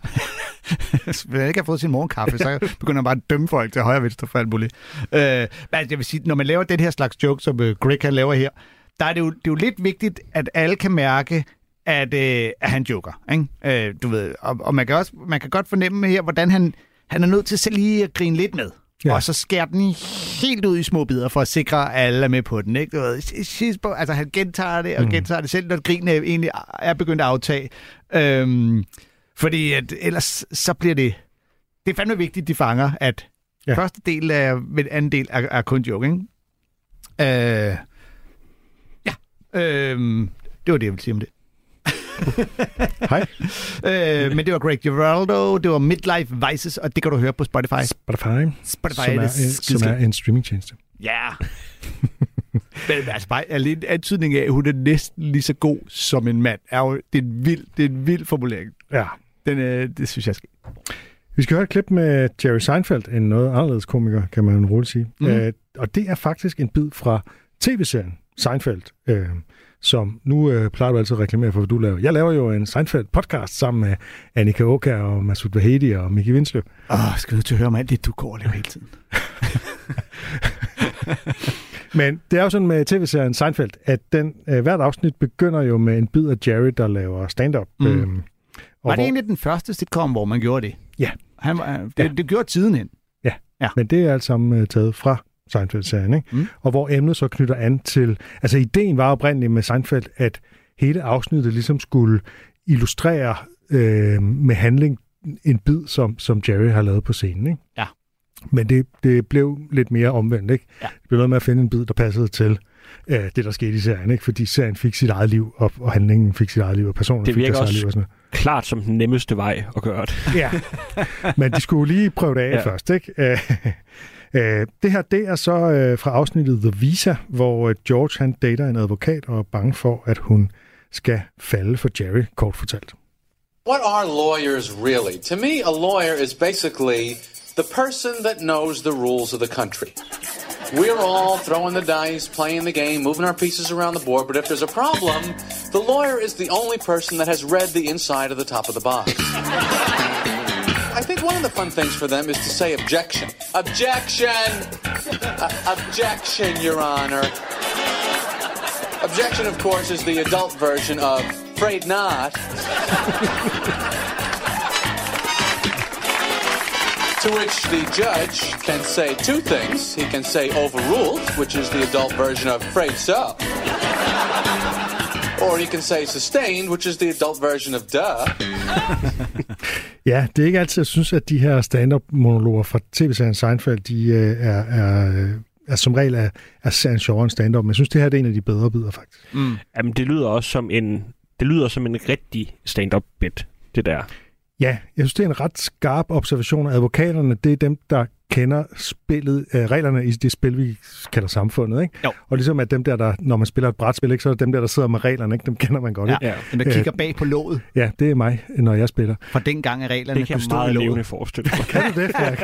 Hvis han ikke har fået sin morgenkaffe, så begynder han bare at dømme folk til højre og venstre for alt muligt. Jeg vil sige, når man laver den her slags joke, som Greg han laver her, der er det er jo lidt vigtigt, at alle kan mærke, at han joker. Ikke? Du ved, og man kan godt fornemme her, hvordan han er nødt til selv lige at grine lidt med. Ja. Og så skærer den helt ud i små bidder, for at sikre, at alle er med på den. Ikke? Du ved, altså han gentager det, og gentager det selv, når grinen egentlig er begyndt at aftage. Fordi at ellers så bliver det er fandme vigtigt, de fanger, at første del af, men anden del er kun joke, ikke? Det var det, jeg ville sige om det. Hej. Men det var Greg Giraldo, det var Midlife Vices, og det kan du høre på Spotify. Som er en streamingtjeneste. Ja. Men altså bare alene antydning af, at hun er næsten lige så god som en mand. Det er en vild formulering. Ja. Det synes jeg skal. Vi skal høre et klip med Jerry Seinfeld, en noget anderledes komiker, kan man roligt sige. Og det er faktisk en bid fra tv-serien Seinfeld, som nu plejer du altid at reklamere for, hvad du laver. Jeg laver jo en Seinfeld-podcast sammen med Annika Oka og Masoud Vahedi og Mickey Winsløw. Skal du til at høre om alt det, du går og laver hele tiden? Men det er jo sådan med tv-serien Seinfeld, at hvert afsnit begynder jo med en bid af Jerry, der laver stand-up. Var det egentlig den første sitcom, hvor man gjorde det? Ja. Det gjorde tiden hen. Ja, men det er alt sammen taget fra Seinfeld-serien, ikke? Og hvor emnet så knytter an til... Altså, ideen var oprindeligt med Seinfeld, at hele afsnittet ligesom skulle illustrere med handling en bid, som Jerry har lavet på scenen, ikke? Ja. Men det blev lidt mere omvendt, ikke? Ja. Det blev noget med at finde en bid, der passede til det, der skete i serien, ikke? Fordi serien fik sit eget liv, og handlingen fik sit eget liv, og personerne fik deres eget liv og sådan noget. Klart som den nemmeste vej at gøre det. Ja, men de skulle lige prøve det af først, ikke? Det her, det er så fra afsnittet The Visa, hvor George han dater en advokat og er bange for, at hun skal falde for Jerry, kort fortalt. What are lawyers really? To me, a lawyer is basically the person that knows the rules of the country. We're all throwing the dice, playing the game, moving our pieces around the board, but if there's a problem, the lawyer is the only person that has read the inside of the top of the box. I think one of the fun things for them is to say objection. Objection! Objection, Your Honor. Objection, of course, is the adult version of afraid not. To which the judge can say two things. He can say overruled, which is the adult version of afraid so. Or he can say sustained, which is the adult version of duh. Ja, det er ikke altid, jeg synes, at de her stand-up-monologer fra tv-serien Seinfeld, de er som regel er serien sjovere end stand-up, men jeg synes, det her er en af de bedre bidder, faktisk. Jamen, det lyder også som en rigtig stand-up-bit, det der. Ja, jeg synes, det er en ret skarp observation af advokaterne. Det er dem, der kender spillet, reglerne i det spil, vi kalder samfundet, ikke? Jo. Og ligesom at dem der, når man spiller et brætspil, ikke, så er det dem der sidder med reglerne, ikke? Dem kender man godt, ikke? Ja, dem der kigger bag på låget. Ja, det er mig, når jeg spiller. For dengang er reglerne det kan jeg meget levende forestille mig. Kan du det, Frank?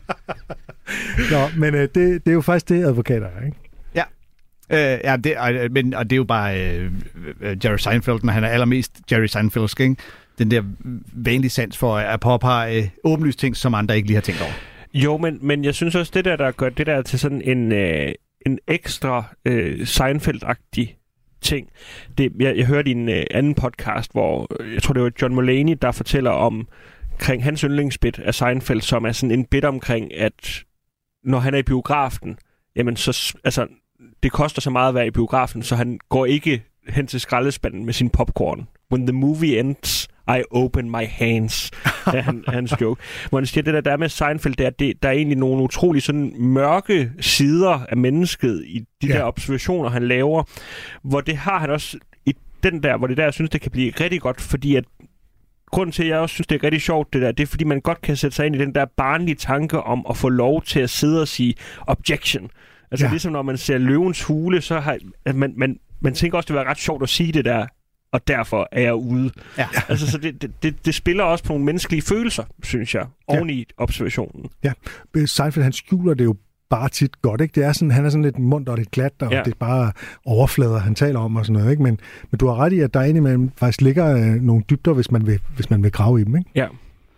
Nå, men det er jo faktisk det, advokater er, ikke? Ja, det er jo bare Jerry Seinfeld, når han er allermest Jerry Seinfeldsk, ikke? Den der vanlige sans for at påpege åbenlyst ting, som andre ikke lige har tænkt over. Jo, men jeg synes også, det der gør det der til sådan en ekstra Seinfeld-agtig ting. Jeg hørte i en anden podcast, hvor jeg tror, det var John Mulaney, der fortæller omkring hans yndlingsbit af Seinfeld, som er sådan en bit omkring, at når han er i biografen, jamen så, altså, det koster så meget at være i biografen, så han går ikke hen til skraldespanden med sin popcorn. When the movie ends, I open my hands. Det er hans joke. Hvor han siger, det der med Seinfeld, der er egentlig nogle utrolig sådan mørke sider af mennesket i de der observationer, han laver, hvor det har han også i den der, hvor det der, jeg synes, det kan blive rigtig godt, fordi at grunden til, at jeg også synes, det er rigtig sjovt, det der, det er, fordi man godt kan sætte sig ind i den der barnlige tanke om at få lov til at sidde og sige objection. Altså ligesom når man ser Løvens Hule, så har man tænker også, det var ret sjovt at sige det der, og derfor er jeg ude. Ja. Altså, så det spiller også på nogle menneskelige følelser, synes jeg, oven i observationen. Ja, Seinfeld, han skjuler det jo bare tit godt, ikke? Det er sådan, han er sådan lidt mundt og lidt glat, og det er bare overflader, han taler om og sådan noget, ikke? Men du har ret i, at der indimellem faktisk ligger nogle dybder, hvis man vil grave i dem, ikke?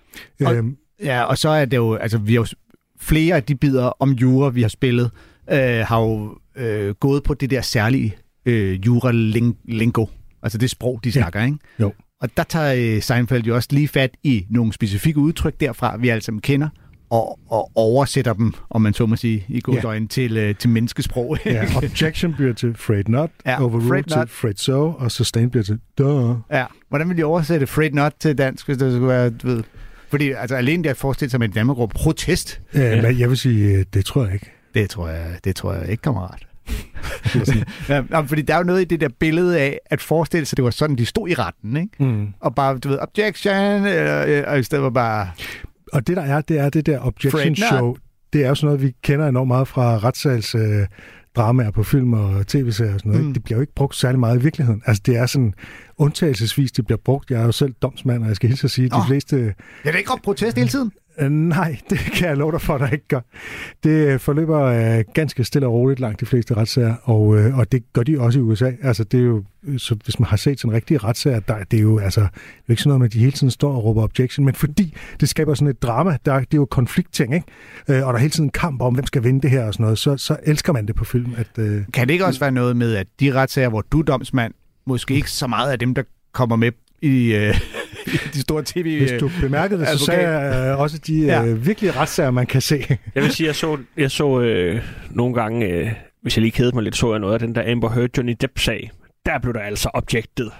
Ja. Og så er det jo, altså vi har jo flere af de bidder om jura, vi har spillet, har jo gået på det der særlige jura-lingo. Altså det sprog, de snakker, ikke? Jo. Og der tager Seinfeld jo også lige fat i nogle specifikke udtryk derfra, vi alle sammen kender, og oversætter dem, om man så må sige, i godsøjne til menneskesprog. Ja, objection bliver til afraid not, overruled til afraid so, og sustain bliver til duh. Ja, hvordan vil de oversætte afraid not til dansk, hvis det skulle være, du ved? Fordi altså, alene det at forestille sig med et Danmark protest. Men jeg vil sige, det tror jeg ikke. Det tror jeg ikke, kammerat. Ja, fordi der er jo noget i det der billede af, at forestille sig, det var sådan, de stod i retten, ikke? Mm. Og bare, du ved, objection, og i stedet var bare... Og det der er, det er det der objection show. Det er jo sådan noget, vi kender enormt meget fra retssals dramaer på film og tv-serier og sådan noget. Det bliver jo ikke brugt særlig meget i virkeligheden. Altså, det er sådan undtagelsesvis, det bliver brugt. Jeg er jo selv domsmand, og jeg skal hilse at sige, at de fleste... Er det ikke op protest hele tiden? Nej, det kan jeg love dig for, der ikke gør. Det forløber ganske stille og roligt langt de fleste retssager, og det gør de også i USA. Altså, det er jo, så hvis man har set sådan rigtige retssager, det er jo altså, det er ikke sådan noget med, at de hele tiden står og råber objection, men fordi det skaber sådan et drama, det er jo konfliktting, ikke? Og der er hele tiden en kamp om, hvem skal vinde det her og sådan noget, så elsker man det på film. Kan det ikke også være noget med, at de retssager, hvor du er domsmand, måske ikke så meget af dem, der kommer med i de store tv... Hvis du bemærkede det, så sagde jeg også de virkelige retssager, man kan se. Jeg vil sige, jeg så nogle gange, hvis jeg lige kedede mig lidt, så jeg noget af den der Amber Heard Johnny Depp-sag. Der blev der altså objected.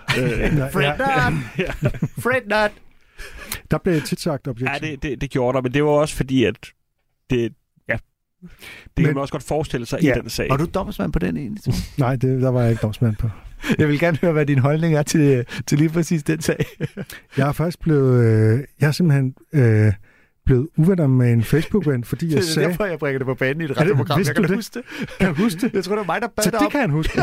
Fred not! Der blev tit sagt objection. Ja, det gjorde der, men det var også fordi, at det kan man også godt forestille sig i den sag. Var du domsmand på den egentlig? Nej, der var jeg ikke domsmand på. Jeg vil gerne høre, hvad din holdning er til lige præcis den sag. Jeg er faktisk blevet... jeg har simpelthen blevet uvenner med en Facebook-ven, fordi jeg sagde... Det er derfor, jeg bringer det på banen i et radioprogram. Jeg kan huske det. Kan du huske det? Jeg tror, det var mig, der bad dig om... det kan han huske.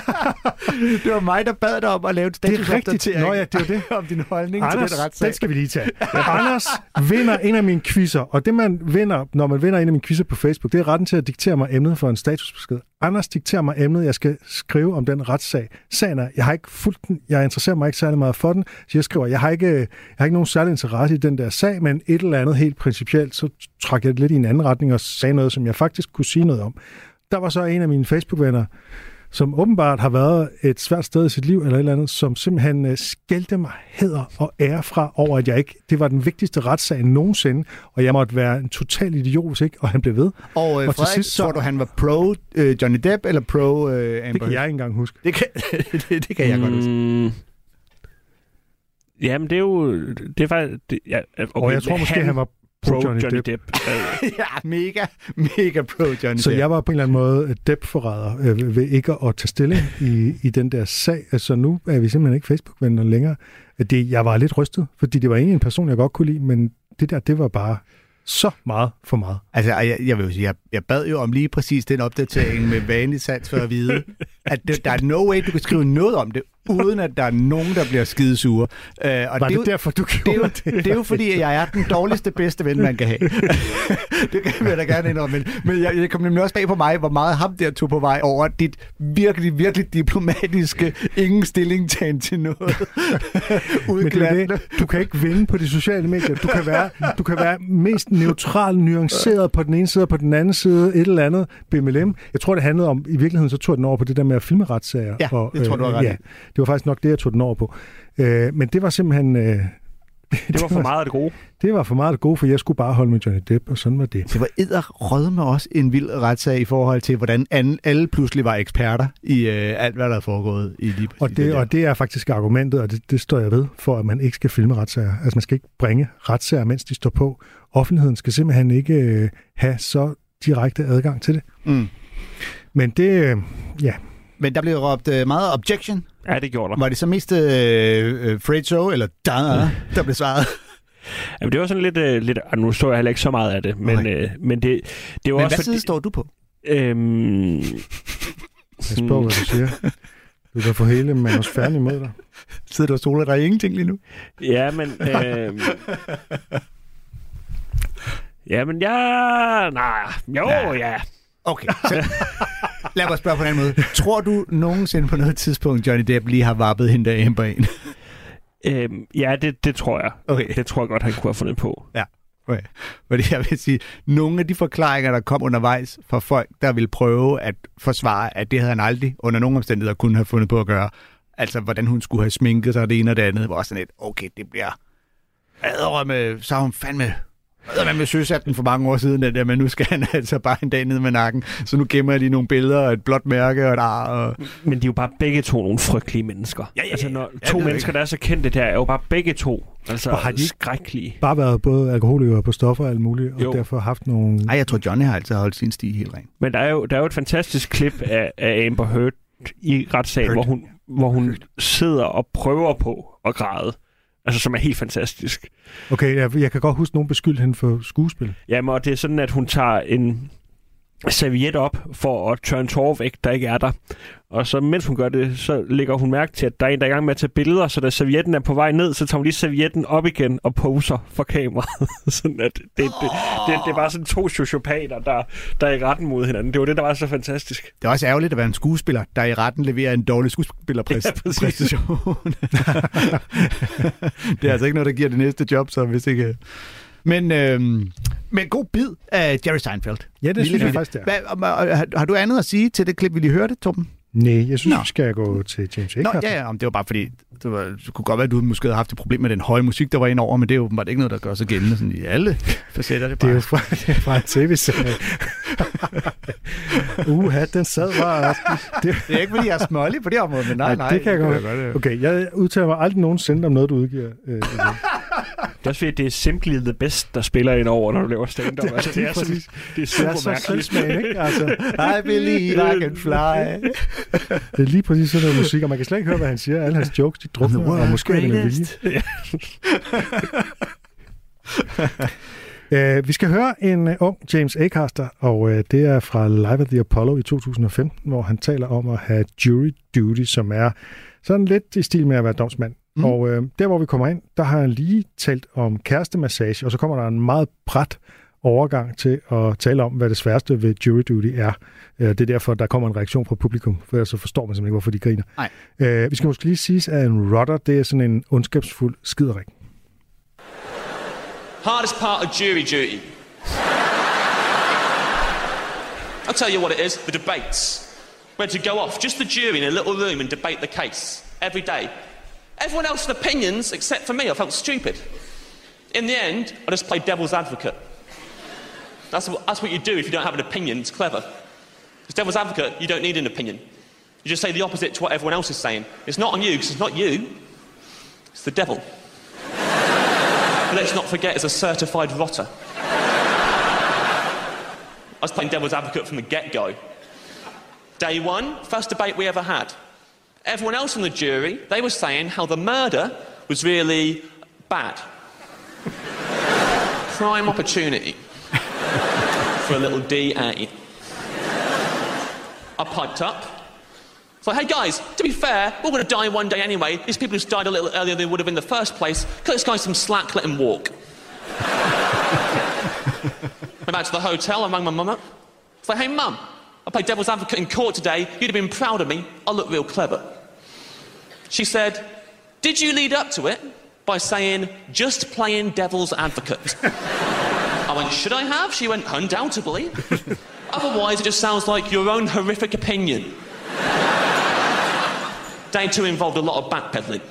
Det var mig, der bad dig om at lave et statusopdatering. Nå ja, det var det. Om din holdning Anders, til den retssag. Den skal vi lige tage. Anders vinder en af mine quizzer, og det man vinder, når man vinder en af mine quizzer på Facebook, det er retten til at diktere mig emnet for en statusbesked. Anders dikterer mig emnet, jeg skal skrive om den retssag. Sagen er, jeg har ikke fulgt den, jeg interesserer mig ikke særlig meget for den, så jeg skriver, jeg har ikke nogen særlig interesse i den der sag, men et eller andet helt principielt, så trak jeg det lidt i en anden retning og sagde noget, som jeg faktisk kunne sige noget om. Der var så en af mine Facebook-venner, som åbenbart har været et svært sted i sit liv, eller et eller andet, som simpelthen skældte mig hæder og ære fra over, at jeg ikke... Det var den vigtigste retssag nogensinde, og jeg måtte være en total idiot, hvis ikke, og han blev ved. Og Frederik, til sidst, tror du, han var pro Johnny Depp, eller pro Amber? Det kan jeg ikke engang huske. Det kan jeg godt huske. Jamen, det er jo... Det er faktisk... Okay, og jeg tror måske, han var pro Johnny Depp. Ja, mega pro Johnny Depp. Så jeg var på en eller anden måde Depp-forræder ved ikke at tage stilling i den der sag. Altså nu er vi simpelthen ikke Facebook-venner længere. Jeg var lidt rystet, fordi det var egentlig en person, jeg godt kunne lide, men det var bare så meget for meget. Altså, jeg vil jo sige, jeg bad jo om lige præcis den opdatering med vanlig sans for at vide, at der er no way, du kan skrive noget om det, uden at der er nogen, der bliver skidesure. Var det derfor, du gjorde det? Det er jo fordi, jeg er den dårligste bedste ven, man kan have. Det kan jeg da gerne indrømme. Men jeg kom nemlig også bag på mig, hvor meget ham der tog på vej over dit virkelig, virkelig diplomatiske ingen stillingtagen til noget. Men du kan ikke vinde på de sociale medier. Du kan være mest neutral, nuanceret på den ene side og på den anden side, et eller andet BMLM. Jeg tror, det handlede om, i virkeligheden så tog den over på det der med at filme retssager. Ja, det tror du var ret. Ja, det var faktisk nok det, jeg tog den over på. Men det var simpelthen... Det var for meget af det gode. Det var for meget af det gode, for jeg skulle bare holde med Johnny Depp, og sådan var det. Det var edderrødme også en vild retssag i forhold til, hvordan alle pludselig var eksperter i alt, hvad der er foregået i lige præcis og det er faktisk argumentet, og det står jeg ved, for at man ikke skal filme retssager. Altså man skal ikke bringe retssager, mens de står på. Offentligheden skal simpelthen ikke have så direkte adgang til det. Mm. Men det, ja... Men der blev råbt meget objection. Ja, det gjorde der. Var det så mest Fred Show, eller der blev svaret? Jamen, det var sådan lidt... Nu står jeg heller ikke så meget af det, men det var men også... hvad side står du på? Jeg spørger, hvad du siger. Du kan få hele Manus Færdig imod dig. Sidder du og soler dig ingenting lige nu? Ja, men... Jamen, ja... Okay, så lad mig spørge på en anden måde. Tror du nogensinde på noget tidspunkt, Johnny Depp lige har vappet hende der Amber ind? Ja, det tror jeg. Okay. Det tror jeg godt, han kunne have fundet på. Ja, okay. Fordi jeg vil sige, nogle af de forklaringer, der kom undervejs fra folk, der ville prøve at forsvare, at det havde han aldrig under nogen omstændigheder kunne have fundet på at gøre. Altså, hvordan hun skulle have sminket sig det ene og det andet, var sådan et, okay, det bliver adrømme, så hun fandme Man søsatte den for mange år siden, at men nu skal han altså bare en dag ned med nakken, så nu gemmer jeg lige nogle billeder og et blåt mærke og et ar. Og... Men de er jo bare begge to nogle frygtelige mennesker. Ja. Altså, når to mennesker, der er så kendte der, er jo bare begge to altså har de skrækkelige. Bare været både alkoholikere på stoffer og alt muligt, og derfor haft nogle... Nej, jeg tror, Johnny har altid holdt sin stige helt ren. Men der er jo et fantastisk klip af Amber Heard i retssagen, hvor hun sidder og prøver på at græde. Altså, som er helt fantastisk. Okay, jeg kan godt huske, nogen beskyldte hende for skuespil. Jamen, og det er sådan, at hun tager en serviet op for at tørre en tårer væk, der ikke er der. Og så mens hun gør det, så lægger hun mærke til, at der er en, der er i gang med at tage billeder, så da servietten er på vej ned, så tager hun lige servietten op igen og poser for kameraet. Sådan at det er bare sådan to sociopater, der er i retten mod hinanden. Det var det, der var så fantastisk. Det er også ærgerligt at være en skuespiller, der i retten leverer en dårlig skuespillerpræstation. Det er altså ikke noget, der giver det næste job, så hvis ikke... Men god bid af Jerry Seinfeld. Ja, det synes jeg faktisk, det er. Har du andet at sige til det klip, vi lige hørte, Torben? Nej, jeg synes, vi skal gå til James Acaster. Nå, ja, det var bare fordi, det kunne godt være, at du måske havde haft et problem med den høje musik, der var ind over, men det er jo åbenbart ikke noget, der gør sig gældende sådan i alle facetter. Det er jo fra en tv-serie. Den sad bare... Det er ikke, fordi jeg er smålig på det område, men nej. Det kan jeg godt. Okay, jeg udtaler mig aldrig nogensinde om noget, du udgiver. Det er også fordi, det er simply the best, der spiller ind over, når du laver stand-up. Det er super mærkeligt. Ikke? Altså, I believe I can fly. Det er lige præcis sådan noget musik, og man kan slet ikke høre, hvad han siger. Alle hans jokes, de drukner, og måske er det med vilje. Vi skal høre en ung James Acaster, og det er fra Live at the Apollo i 2015, hvor han taler om at have jury duty, som er sådan lidt i stil med at være domsmand. Og der, hvor vi kommer ind, der har han lige talt om kærestemassage, og så kommer der en meget brat overgang til at tale om, hvad det sværeste ved jury duty er. Det er derfor, der kommer en reaktion fra publikum, for ellers så forstår man simpelthen ikke, hvorfor de griner. Vi skal måske lige sige, at en rodder, det er sådan en ondskabsfuld skiderik. Hardest part of jury duty. I'll tell you what it is, the debates. We had to go off, just the jury in a little room and debate the case every day. Everyone else had opinions except for me. I felt stupid. In the end, I just played devil's advocate. That's what you do if you don't have an opinion. It's clever. As devil's advocate, you don't need an opinion. You just say the opposite to what everyone else is saying. It's not on you, because it's not you. It's the devil. But let's not forget, it's a certified rotter. I was playing devil's advocate from the get-go. Day one, first debate we ever had. Everyone else on the jury, they were saying how the murder was really bad. Prime opportunity for a little DA. I piped up. It's like, hey guys, to be fair, we're going to die one day anyway. These people just died a little earlier than they would have in the first place. Cut this guy some slack, let him walk. Went back to the hotel, I rang my mum up. It's like, hey mum, I played devil's advocate in court today. You'd have been proud of me. I look real clever. She said, did you lead up to it by saying, just playing devil's advocate? I went, should I have? She went, undoubtedly. Otherwise, it just sounds like your own horrific opinion. Day two involved a lot of backpedaling.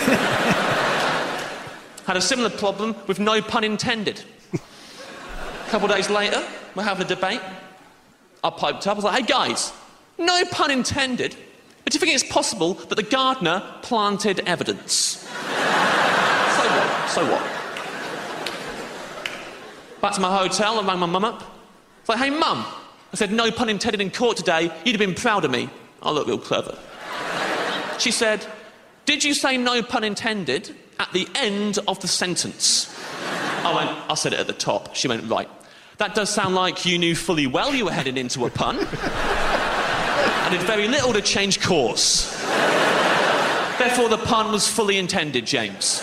Had a similar problem with no pun intended. A couple of days later, we're having a debate. I piped up, I was like, hey guys, no pun intended, but do you think it's possible that the gardener planted evidence? So what? Back to my hotel, I rang my mum up. It's like, hey mum, I said, no pun intended in court today, you'd have been proud of me. I look real clever. She said, did you say no pun intended at the end of the sentence? I went, I said it at the top. She went, right. That does sound like you knew fully well you were headed into a pun. And did very little to change course. Therefore, the pun was fully intended, James.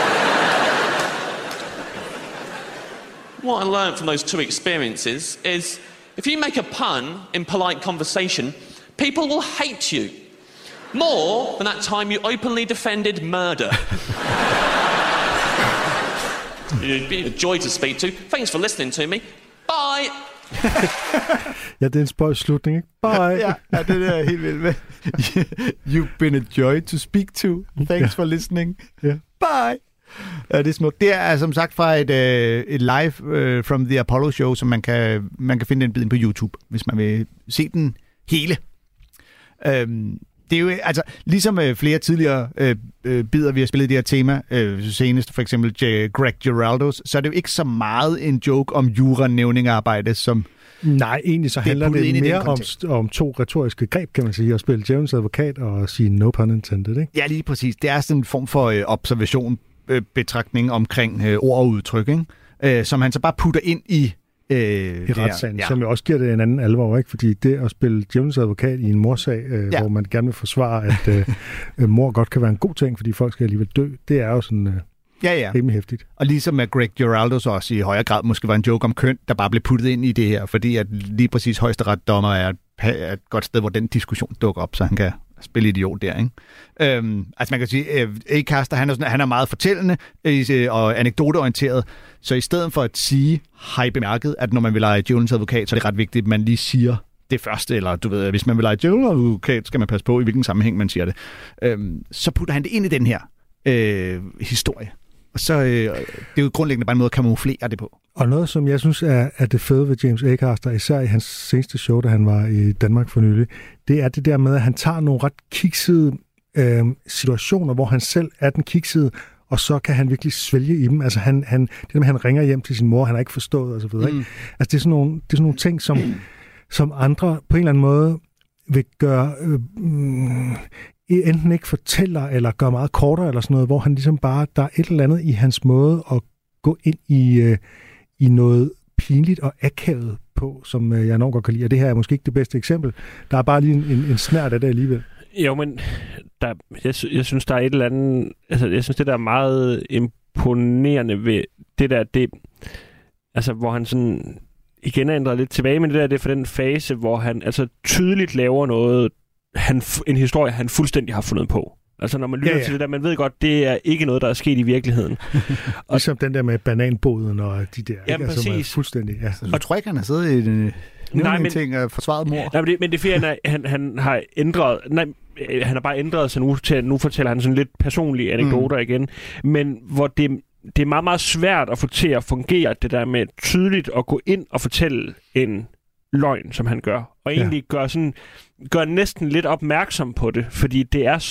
What I learned from those two experiences is if you make a pun in polite conversation, people will hate you. More than that time you openly defended murder. You'd be a joy to speak to. Thanks for listening to me. Bye! Ja, det er en spøjs slutning, ikke? Bye! ja, det er helt vildt med. You've been a joy to speak to. Thanks for listening. Yeah. Bye! Ja, det er smukt. Det er som sagt fra et live from the Apollo show, som man kan finde den bid på YouTube, hvis man vil se den hele. Det er jo altså ligesom flere tidligere bidder, vi har spillet i det her tema, senest for eksempel Greg Giraldos, så er det jo ikke så meget en joke om jura-nævningearbejde, som... Nej, egentlig så handler det mere om to retoriske greb, kan man sige, at spille djævelens advokat og sige no pun intended, ikke? Ja, lige præcis. Det er sådan en form for observation, betragtning omkring ord og udtryk, ikke? Som han så bare putter ind i retssagen, som jo også giver det en anden alvor, ikke? Fordi det at spille djævelens advokat i en morsag, hvor man gerne vil forsvare, at mor godt kan være en god ting, fordi folk skal alligevel dø, det er jo sådan rimelig hæftigt. Og ligesom at Greg Giraldos også i højere grad måske var en joke om køn, der bare blev puttet ind i det her, fordi at lige præcis højesteretsdommer er et godt sted, hvor den diskussion dukker op, så han kan spille idiot der, ikke? Altså man kan sige, Acaster, han er meget fortællende og anekdoteorienteret, så i stedet for at sige, har I bemærket, at når man vil lege djævelens advokat, så er det ret vigtigt, at man lige siger det første, eller du ved, hvis man vil lege djævelens advokat, skal man passe på, i hvilken sammenhæng man siger det. Så putter han det ind i den her historie. Og så det er jo grundlæggende bare en måde at camouflere det på. Og noget, som jeg synes er det fede ved James Acaster, især i hans seneste show, da han var i Danmark for nylig, det er det der med, at han tager nogle ret kiksede situationer, hvor han selv er den kiksede, og så kan han virkelig svælge i dem. Altså det der med, han ringer hjem til sin mor, han har ikke forstået, og så videre. Ikke? Altså det er sådan nogle ting, som andre på en eller anden måde vil gøre... enten ikke fortæller, eller gør meget kortere, eller sådan noget, hvor han ligesom bare, der er et eller andet i hans måde at gå ind i noget pinligt og akavet på, som jeg enormt godt kan lide. Og det her er måske ikke det bedste eksempel. Der er bare lige en snert af det alligevel. Jo, men jeg synes, der er et eller andet... Altså, jeg synes, det der er meget imponerende ved det der, altså, hvor han sådan igen er ændret lidt tilbage, men det er for den fase, hvor han altså tydeligt laver noget, en historie, han fuldstændig har fundet på. Altså, når man lytter til det der, man ved godt, det er ikke noget, der er sket i virkeligheden. Og ligesom den der med bananboden og de der, ja, præcis. Som er fuldstændig... Ja. Så jeg tror ikke, han har siddet i ting og forsvaret mor. Nej, men det er fordi, han har ændret... Nej, han har bare ændret sig nu fortæller han sådan lidt personlige anekdoter igen. Men hvor det er meget, meget svært at få til at fungere, det der med tydeligt at gå ind og fortælle en løgn, som han gør. Og egentlig gør næsten lidt opmærksom på det, fordi det er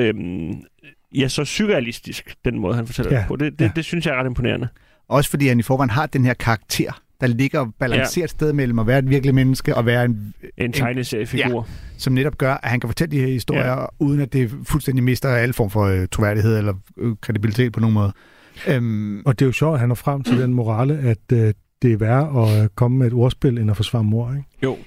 så surrealistisk, den måde, han fortæller det på. Det synes jeg er ret imponerende. Også fordi han i forvejen har den her karakter, der ligger balanceret sted mellem at være et virkelig menneske og være en tegneseriefigur. Som netop gør, at han kan fortælle de her historier, uden at det fuldstændig mister alle form for troværdighed eller kredibilitet på nogen måde. Og det er jo sjovt, at han når frem til den morale, at det er værd at komme med et ordspil, end at forsvare mor, ikke? Jo.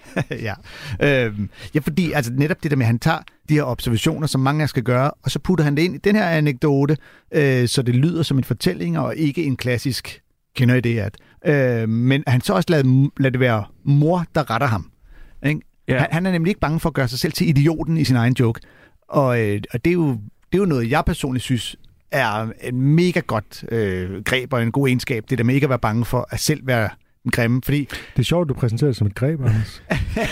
Ja, fordi altså, netop det der med, at han tager de her observationer, som mange af skal gøre, og så putter han det ind i den her anekdote, så det lyder som en fortælling, og ikke en klassisk, kender I det, at... men han så også lader det være mor, der retter ham. Ikke? Ja. Han er nemlig ikke bange for at gøre sig selv til idioten i sin egen joke. Og det er jo noget, jeg personligt synes, er en mega godt greb og en god egenskab, det der med ikke at være bange for at selv være en grimme, fordi... Det er sjovt, at du præsenterer det som et greb, Anders.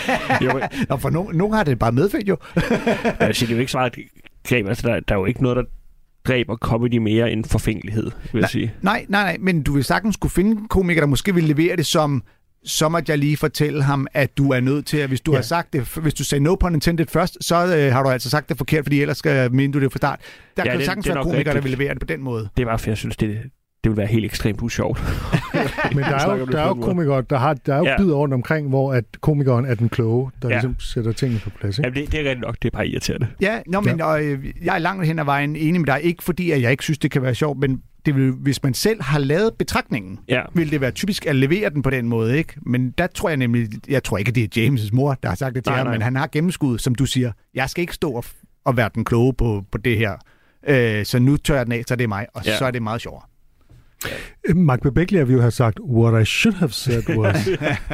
Og for nogen har det bare medfødt, jo. Jeg siger, det er jo ikke så meget et greb, altså der er jo ikke noget, der dræber comedy mere end forfængelighed, vil jeg sige. Nej, men du vil sagtens skulle finde komikere, der måske vil levere det som at jeg lige fortælle ham, at du er nødt til, at hvis du har sagt det, hvis du sagde no pun intended først, så har du altså sagt det forkert, fordi ellers mener du det fra start. Der kan sagtens være komikere, der vil levere det på den måde. Det er bare, for jeg synes, det vil være helt ekstremt usjovt. Men der er jo komikere, der er jo bid rundt omkring, hvor at komikeren er den kloge, der ligesom sætter tingene på plads. Ikke? Jamen, det er rigtig nok, det er bare irriterende. Ja, men jeg er langt hen ad vejen enig med dig, ikke fordi at jeg ikke synes, det kan være sjovt, men det vil, hvis man selv har lavet betragtningen, vil det være typisk at levere den på den måde, ikke? Men der tror jeg tror ikke, at det er James' mor, der har sagt det til ham, men han har gennemskuddet, som du siger, jeg skal ikke stå og være den kloge på det her. Så nu tør jeg den af, så det er mig, og så er det meget sjovere. Mark Bebeklia vil jo have sagt, what I should have said was...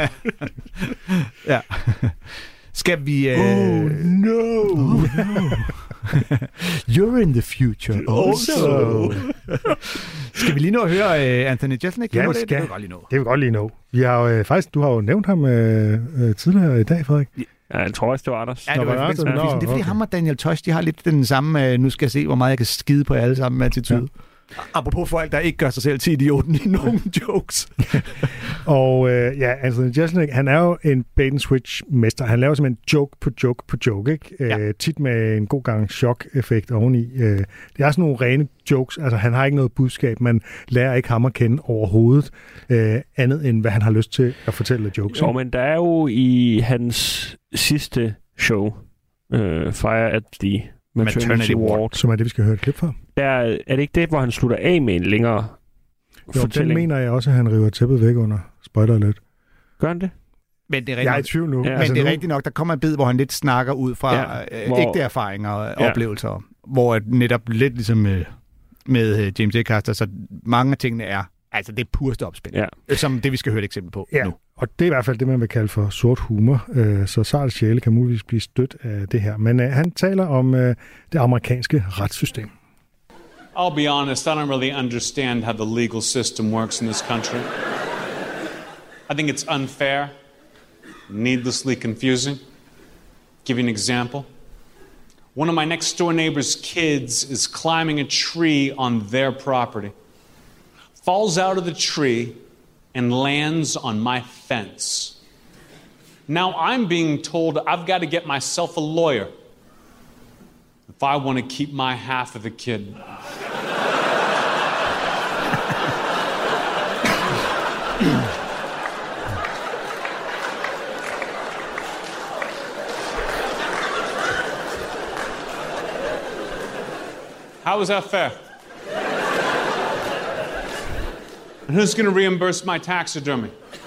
Ja. Skal vi... Oh, no! You're in the future also. Skal vi lige nå at høre Anthony Jeselnik? Ja, det vil vi godt lige nå. Vi har jo, faktisk, du har jo nævnt ham tidligere i dag, Frederik. Ja, jeg tror også, det var Anders. Ja, det er fordi ham og Daniel Tosh, de har lidt den samme, nu skal jeg se, hvor meget jeg kan skide på alle sammen attitude. Apropos folk, der ikke gør sig selv til idioten i nogle jokes. Og Anthony Jeselnik, han er jo en bait-and-switch-mester. Han laver simpelthen joke på joke, ikke? Ja. Tit med en god gang chok-effekt oveni. Det er sådan nogle rene jokes. Altså, han har ikke noget budskab. Man lærer ikke ham at kende overhovedet, andet end hvad han har lyst til at fortælle af jokes. Jo, men der er jo i hans sidste show, Fire at the Maternity Ward, som er det, vi skal høre et klip fra. Er det ikke det, hvor han slutter af med en længere fortælling? Den mener jeg også, at han river tæppet væk under. Spoiler lidt. Gør han det? Men det er jeg er i tvivl nu. Ja. Men altså det er rigtigt nok, der kommer en bid, hvor han lidt snakker ud fra ægte erfaringer og oplevelser, hvor netop lidt ligesom med James Acaster, så mange af tingene er, altså det er pureste opspænding, som det, vi skal høre et eksempel på nu. Og det er i hvert fald det, man vil kalde for sort humor, så sarte sjæle kan muligvis blive stødt af det her. Men han taler om det amerikanske retssystem. I'll be honest, I don't really understand how the legal system works in this country. I think it's unfair, needlessly confusing. Give you an example. One of my next door neighbor's kids is climbing a tree on their property. Falls out of the tree and lands on my fence. Now I'm being told I've got to get myself a lawyer if I want to keep my half of the kid. How is that fair? And who's going to reimburse my taxidermy?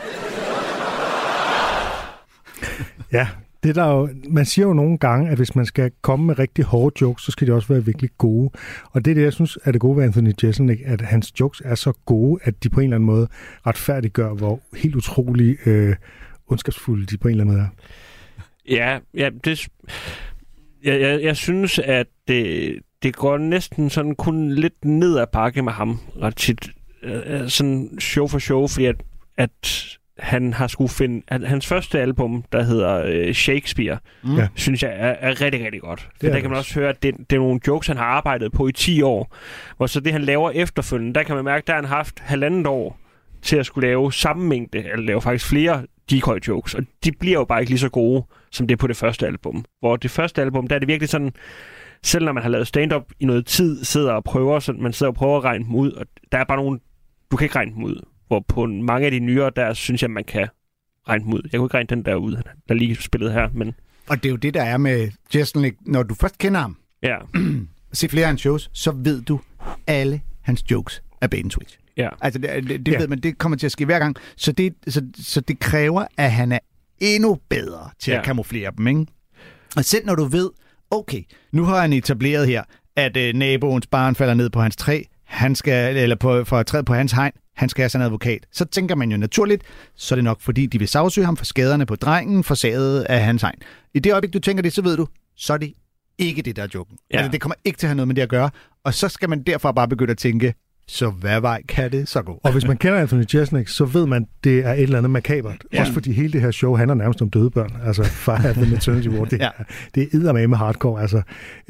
Ja, det der jo, man siger jo nogle gange, at hvis man skal komme med rigtig hårde jokes, så skal de også være virkelig gode. Og det er det, jeg synes er det gode ved Anthony Jeselnik, at hans jokes er så gode, at de på en eller anden måde retfærdiggør, hvor helt utrolig ondskabsfulde de på en eller anden måde er. Ja, jeg synes, at det går næsten sådan kun lidt ned ad bakke med ham ret tit. Sådan show for show, fordi at han har skulle finde... Hans første album, der hedder Shakespeare, synes jeg er rigtig, rigtig godt. For der kan man også høre, at det er nogle jokes, han har arbejdet på i 10 år. Hvor så det, han laver efterfølgende, der kan man mærke, at han har haft 1,5 år til at skulle lave samme mængde, eller lave faktisk flere decoy jokes. Og de bliver jo bare ikke lige så gode, som det på det første album. Hvor det første album, der er det virkelig sådan... Selv når man har lavet stand-up i noget tid, sidder og prøver, så man sidder og prøver at regne dem ud, og der er bare nogen, du kan ikke regne dem ud. Hvor på mange af de nyere, der synes jeg, man kan regne dem ud. Jeg kunne ikke regne den der ud, der lige spillet her, men... Og det er jo det, der er med Jeselnik. Når du først kender ham, se flere af hans shows, så ved du, alle hans jokes er bait and switch. Ja. Altså, det ved man, det kommer til at ske hver gang. Så det kræver, at han er endnu bedre til at kamuflere dem, ikke? Og selv når du ved, okay, nu har han etableret her, at naboens barn falder ned på hans træ, han skal, eller for at træde på hans hegn, han skal have sådan en advokat. Så tænker man jo naturligt, så er det nok fordi, de vil sagsøge ham for skaderne på drengen, forsaget af hans hegn. I det øjeblik, du tænker det, så ved du, så er det ikke det, der er joken. Ja. Altså, det kommer ikke til at have noget med det at gøre. Og så skal man derfor bare begynde at tænke, så hvad vej kan det så gå? Og hvis man kender Anthony Jeselnik, så ved man, det er et eller andet makabert. Ja. Også fordi hele det her show handler nærmest om døde børn. Altså, Fire at the Maternity Ward. Det er eddermame hardcore. Altså.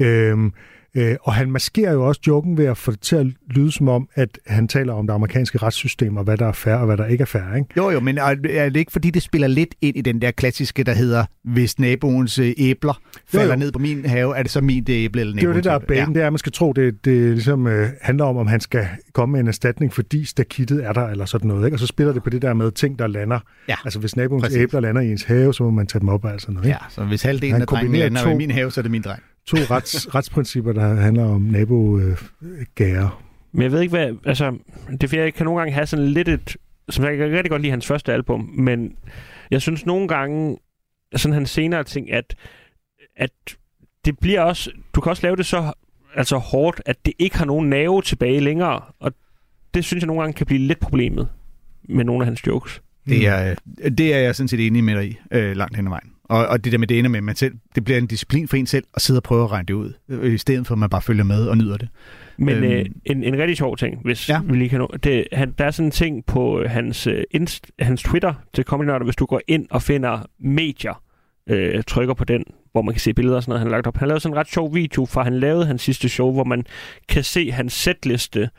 Og han maskerer jo også joken ved at få det til at lyde som om, at han taler om det amerikanske retssystem, og hvad der er fair, og hvad der ikke er fair, ikke? Jo, men er det ikke, fordi det spiller lidt ind i den der klassiske, der hedder, hvis naboens æbler falder ned på min have, er det så min æble eller naboens? Det er jo det, der er baiten, det er, at man skal tro, det ligesom handler om han skal komme med en erstatning, fordi stakittet er der, eller sådan noget, ikke? Og så spiller det på det der med ting, der lander. Ja. Altså, hvis naboens æbler lander i ens have, så må man tage dem op, og sådan noget, ikke? Ja, så hvis halvdelen af drengen lander i min have, så er det min dreng. 2 retsprincipper, der handler om nabogære. Men jeg ved ikke, hvad... Altså, det jeg kan nogle gange have sådan lidt et... Som jeg kan rigtig godt lide hans første album, men jeg synes nogle gange, sådan hans senere ting, at det bliver også... Du kan også lave det så hårdt, at det ikke har nogen nerve tilbage længere, og det synes jeg nogle gange kan blive lidt problemet med nogle af hans jokes. Det er jeg sådan set enig med dig i, langt hen ad vejen. Og det der med det ene med, man selv, det bliver en disciplin for en selv at sidde og prøve at regne det ud, i stedet for at man bare følger med og nyder det. Men en rigtig sjov ting, hvis vi lige kan nå. Der er sådan en ting på hans Twitter til Comedy Nørder, hvis du går ind og finder medier, trykker på den, hvor man kan se billeder og sådan noget, han har lagt op. Han lavede sådan en ret sjov video fra, han lavede hans sidste show, hvor man kan se hans setliste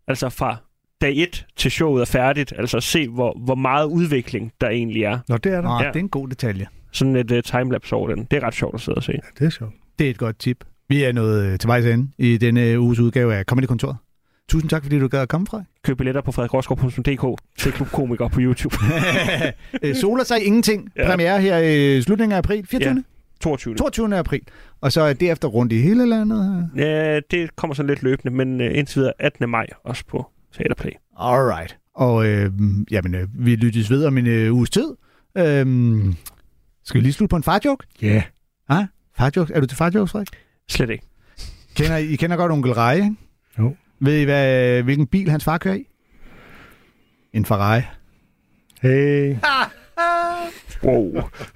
Altså fra dag 1 til showet er færdigt. Altså se, hvor meget udvikling der egentlig er. Nå, det er der. Nå, det er en god detalje. Sådan et timelapse over den. Det er ret sjovt at sidde og se. Ja, det er sjovt. Det er et godt tip. Vi er nået til vejs ende i denne uges udgave af Comedy-kontoret. Tusind tak, fordi du gad at komme fra. Køb billetter på frederikrodsgaard.dk. Se Klub Komiker på YouTube. Soler sig ingenting. Ja. Premiere her i slutningen af april. 24. Ja. 22. april. Og så er det efter rundt i hele landet? Ja, det kommer sådan lidt løbende, men indtil videre 18. maj også på Teaterplay. Alright. Og vi lyttes ved om en uges tid. Skal vi lige slutte på en farjoke? Ja. Yeah. Farjoke? Er du til farjokes, Frederik? Slet ikke. I kender godt onkel Rej, ikke? Jo. Ved I, hvilken bil hans far kører i? En Ferrari. Hey. Wow.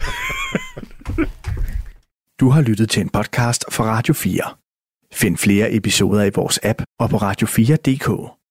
Du har lyttet til en podcast fra Radio 4. Find flere episoder i vores app og på radio4.dk.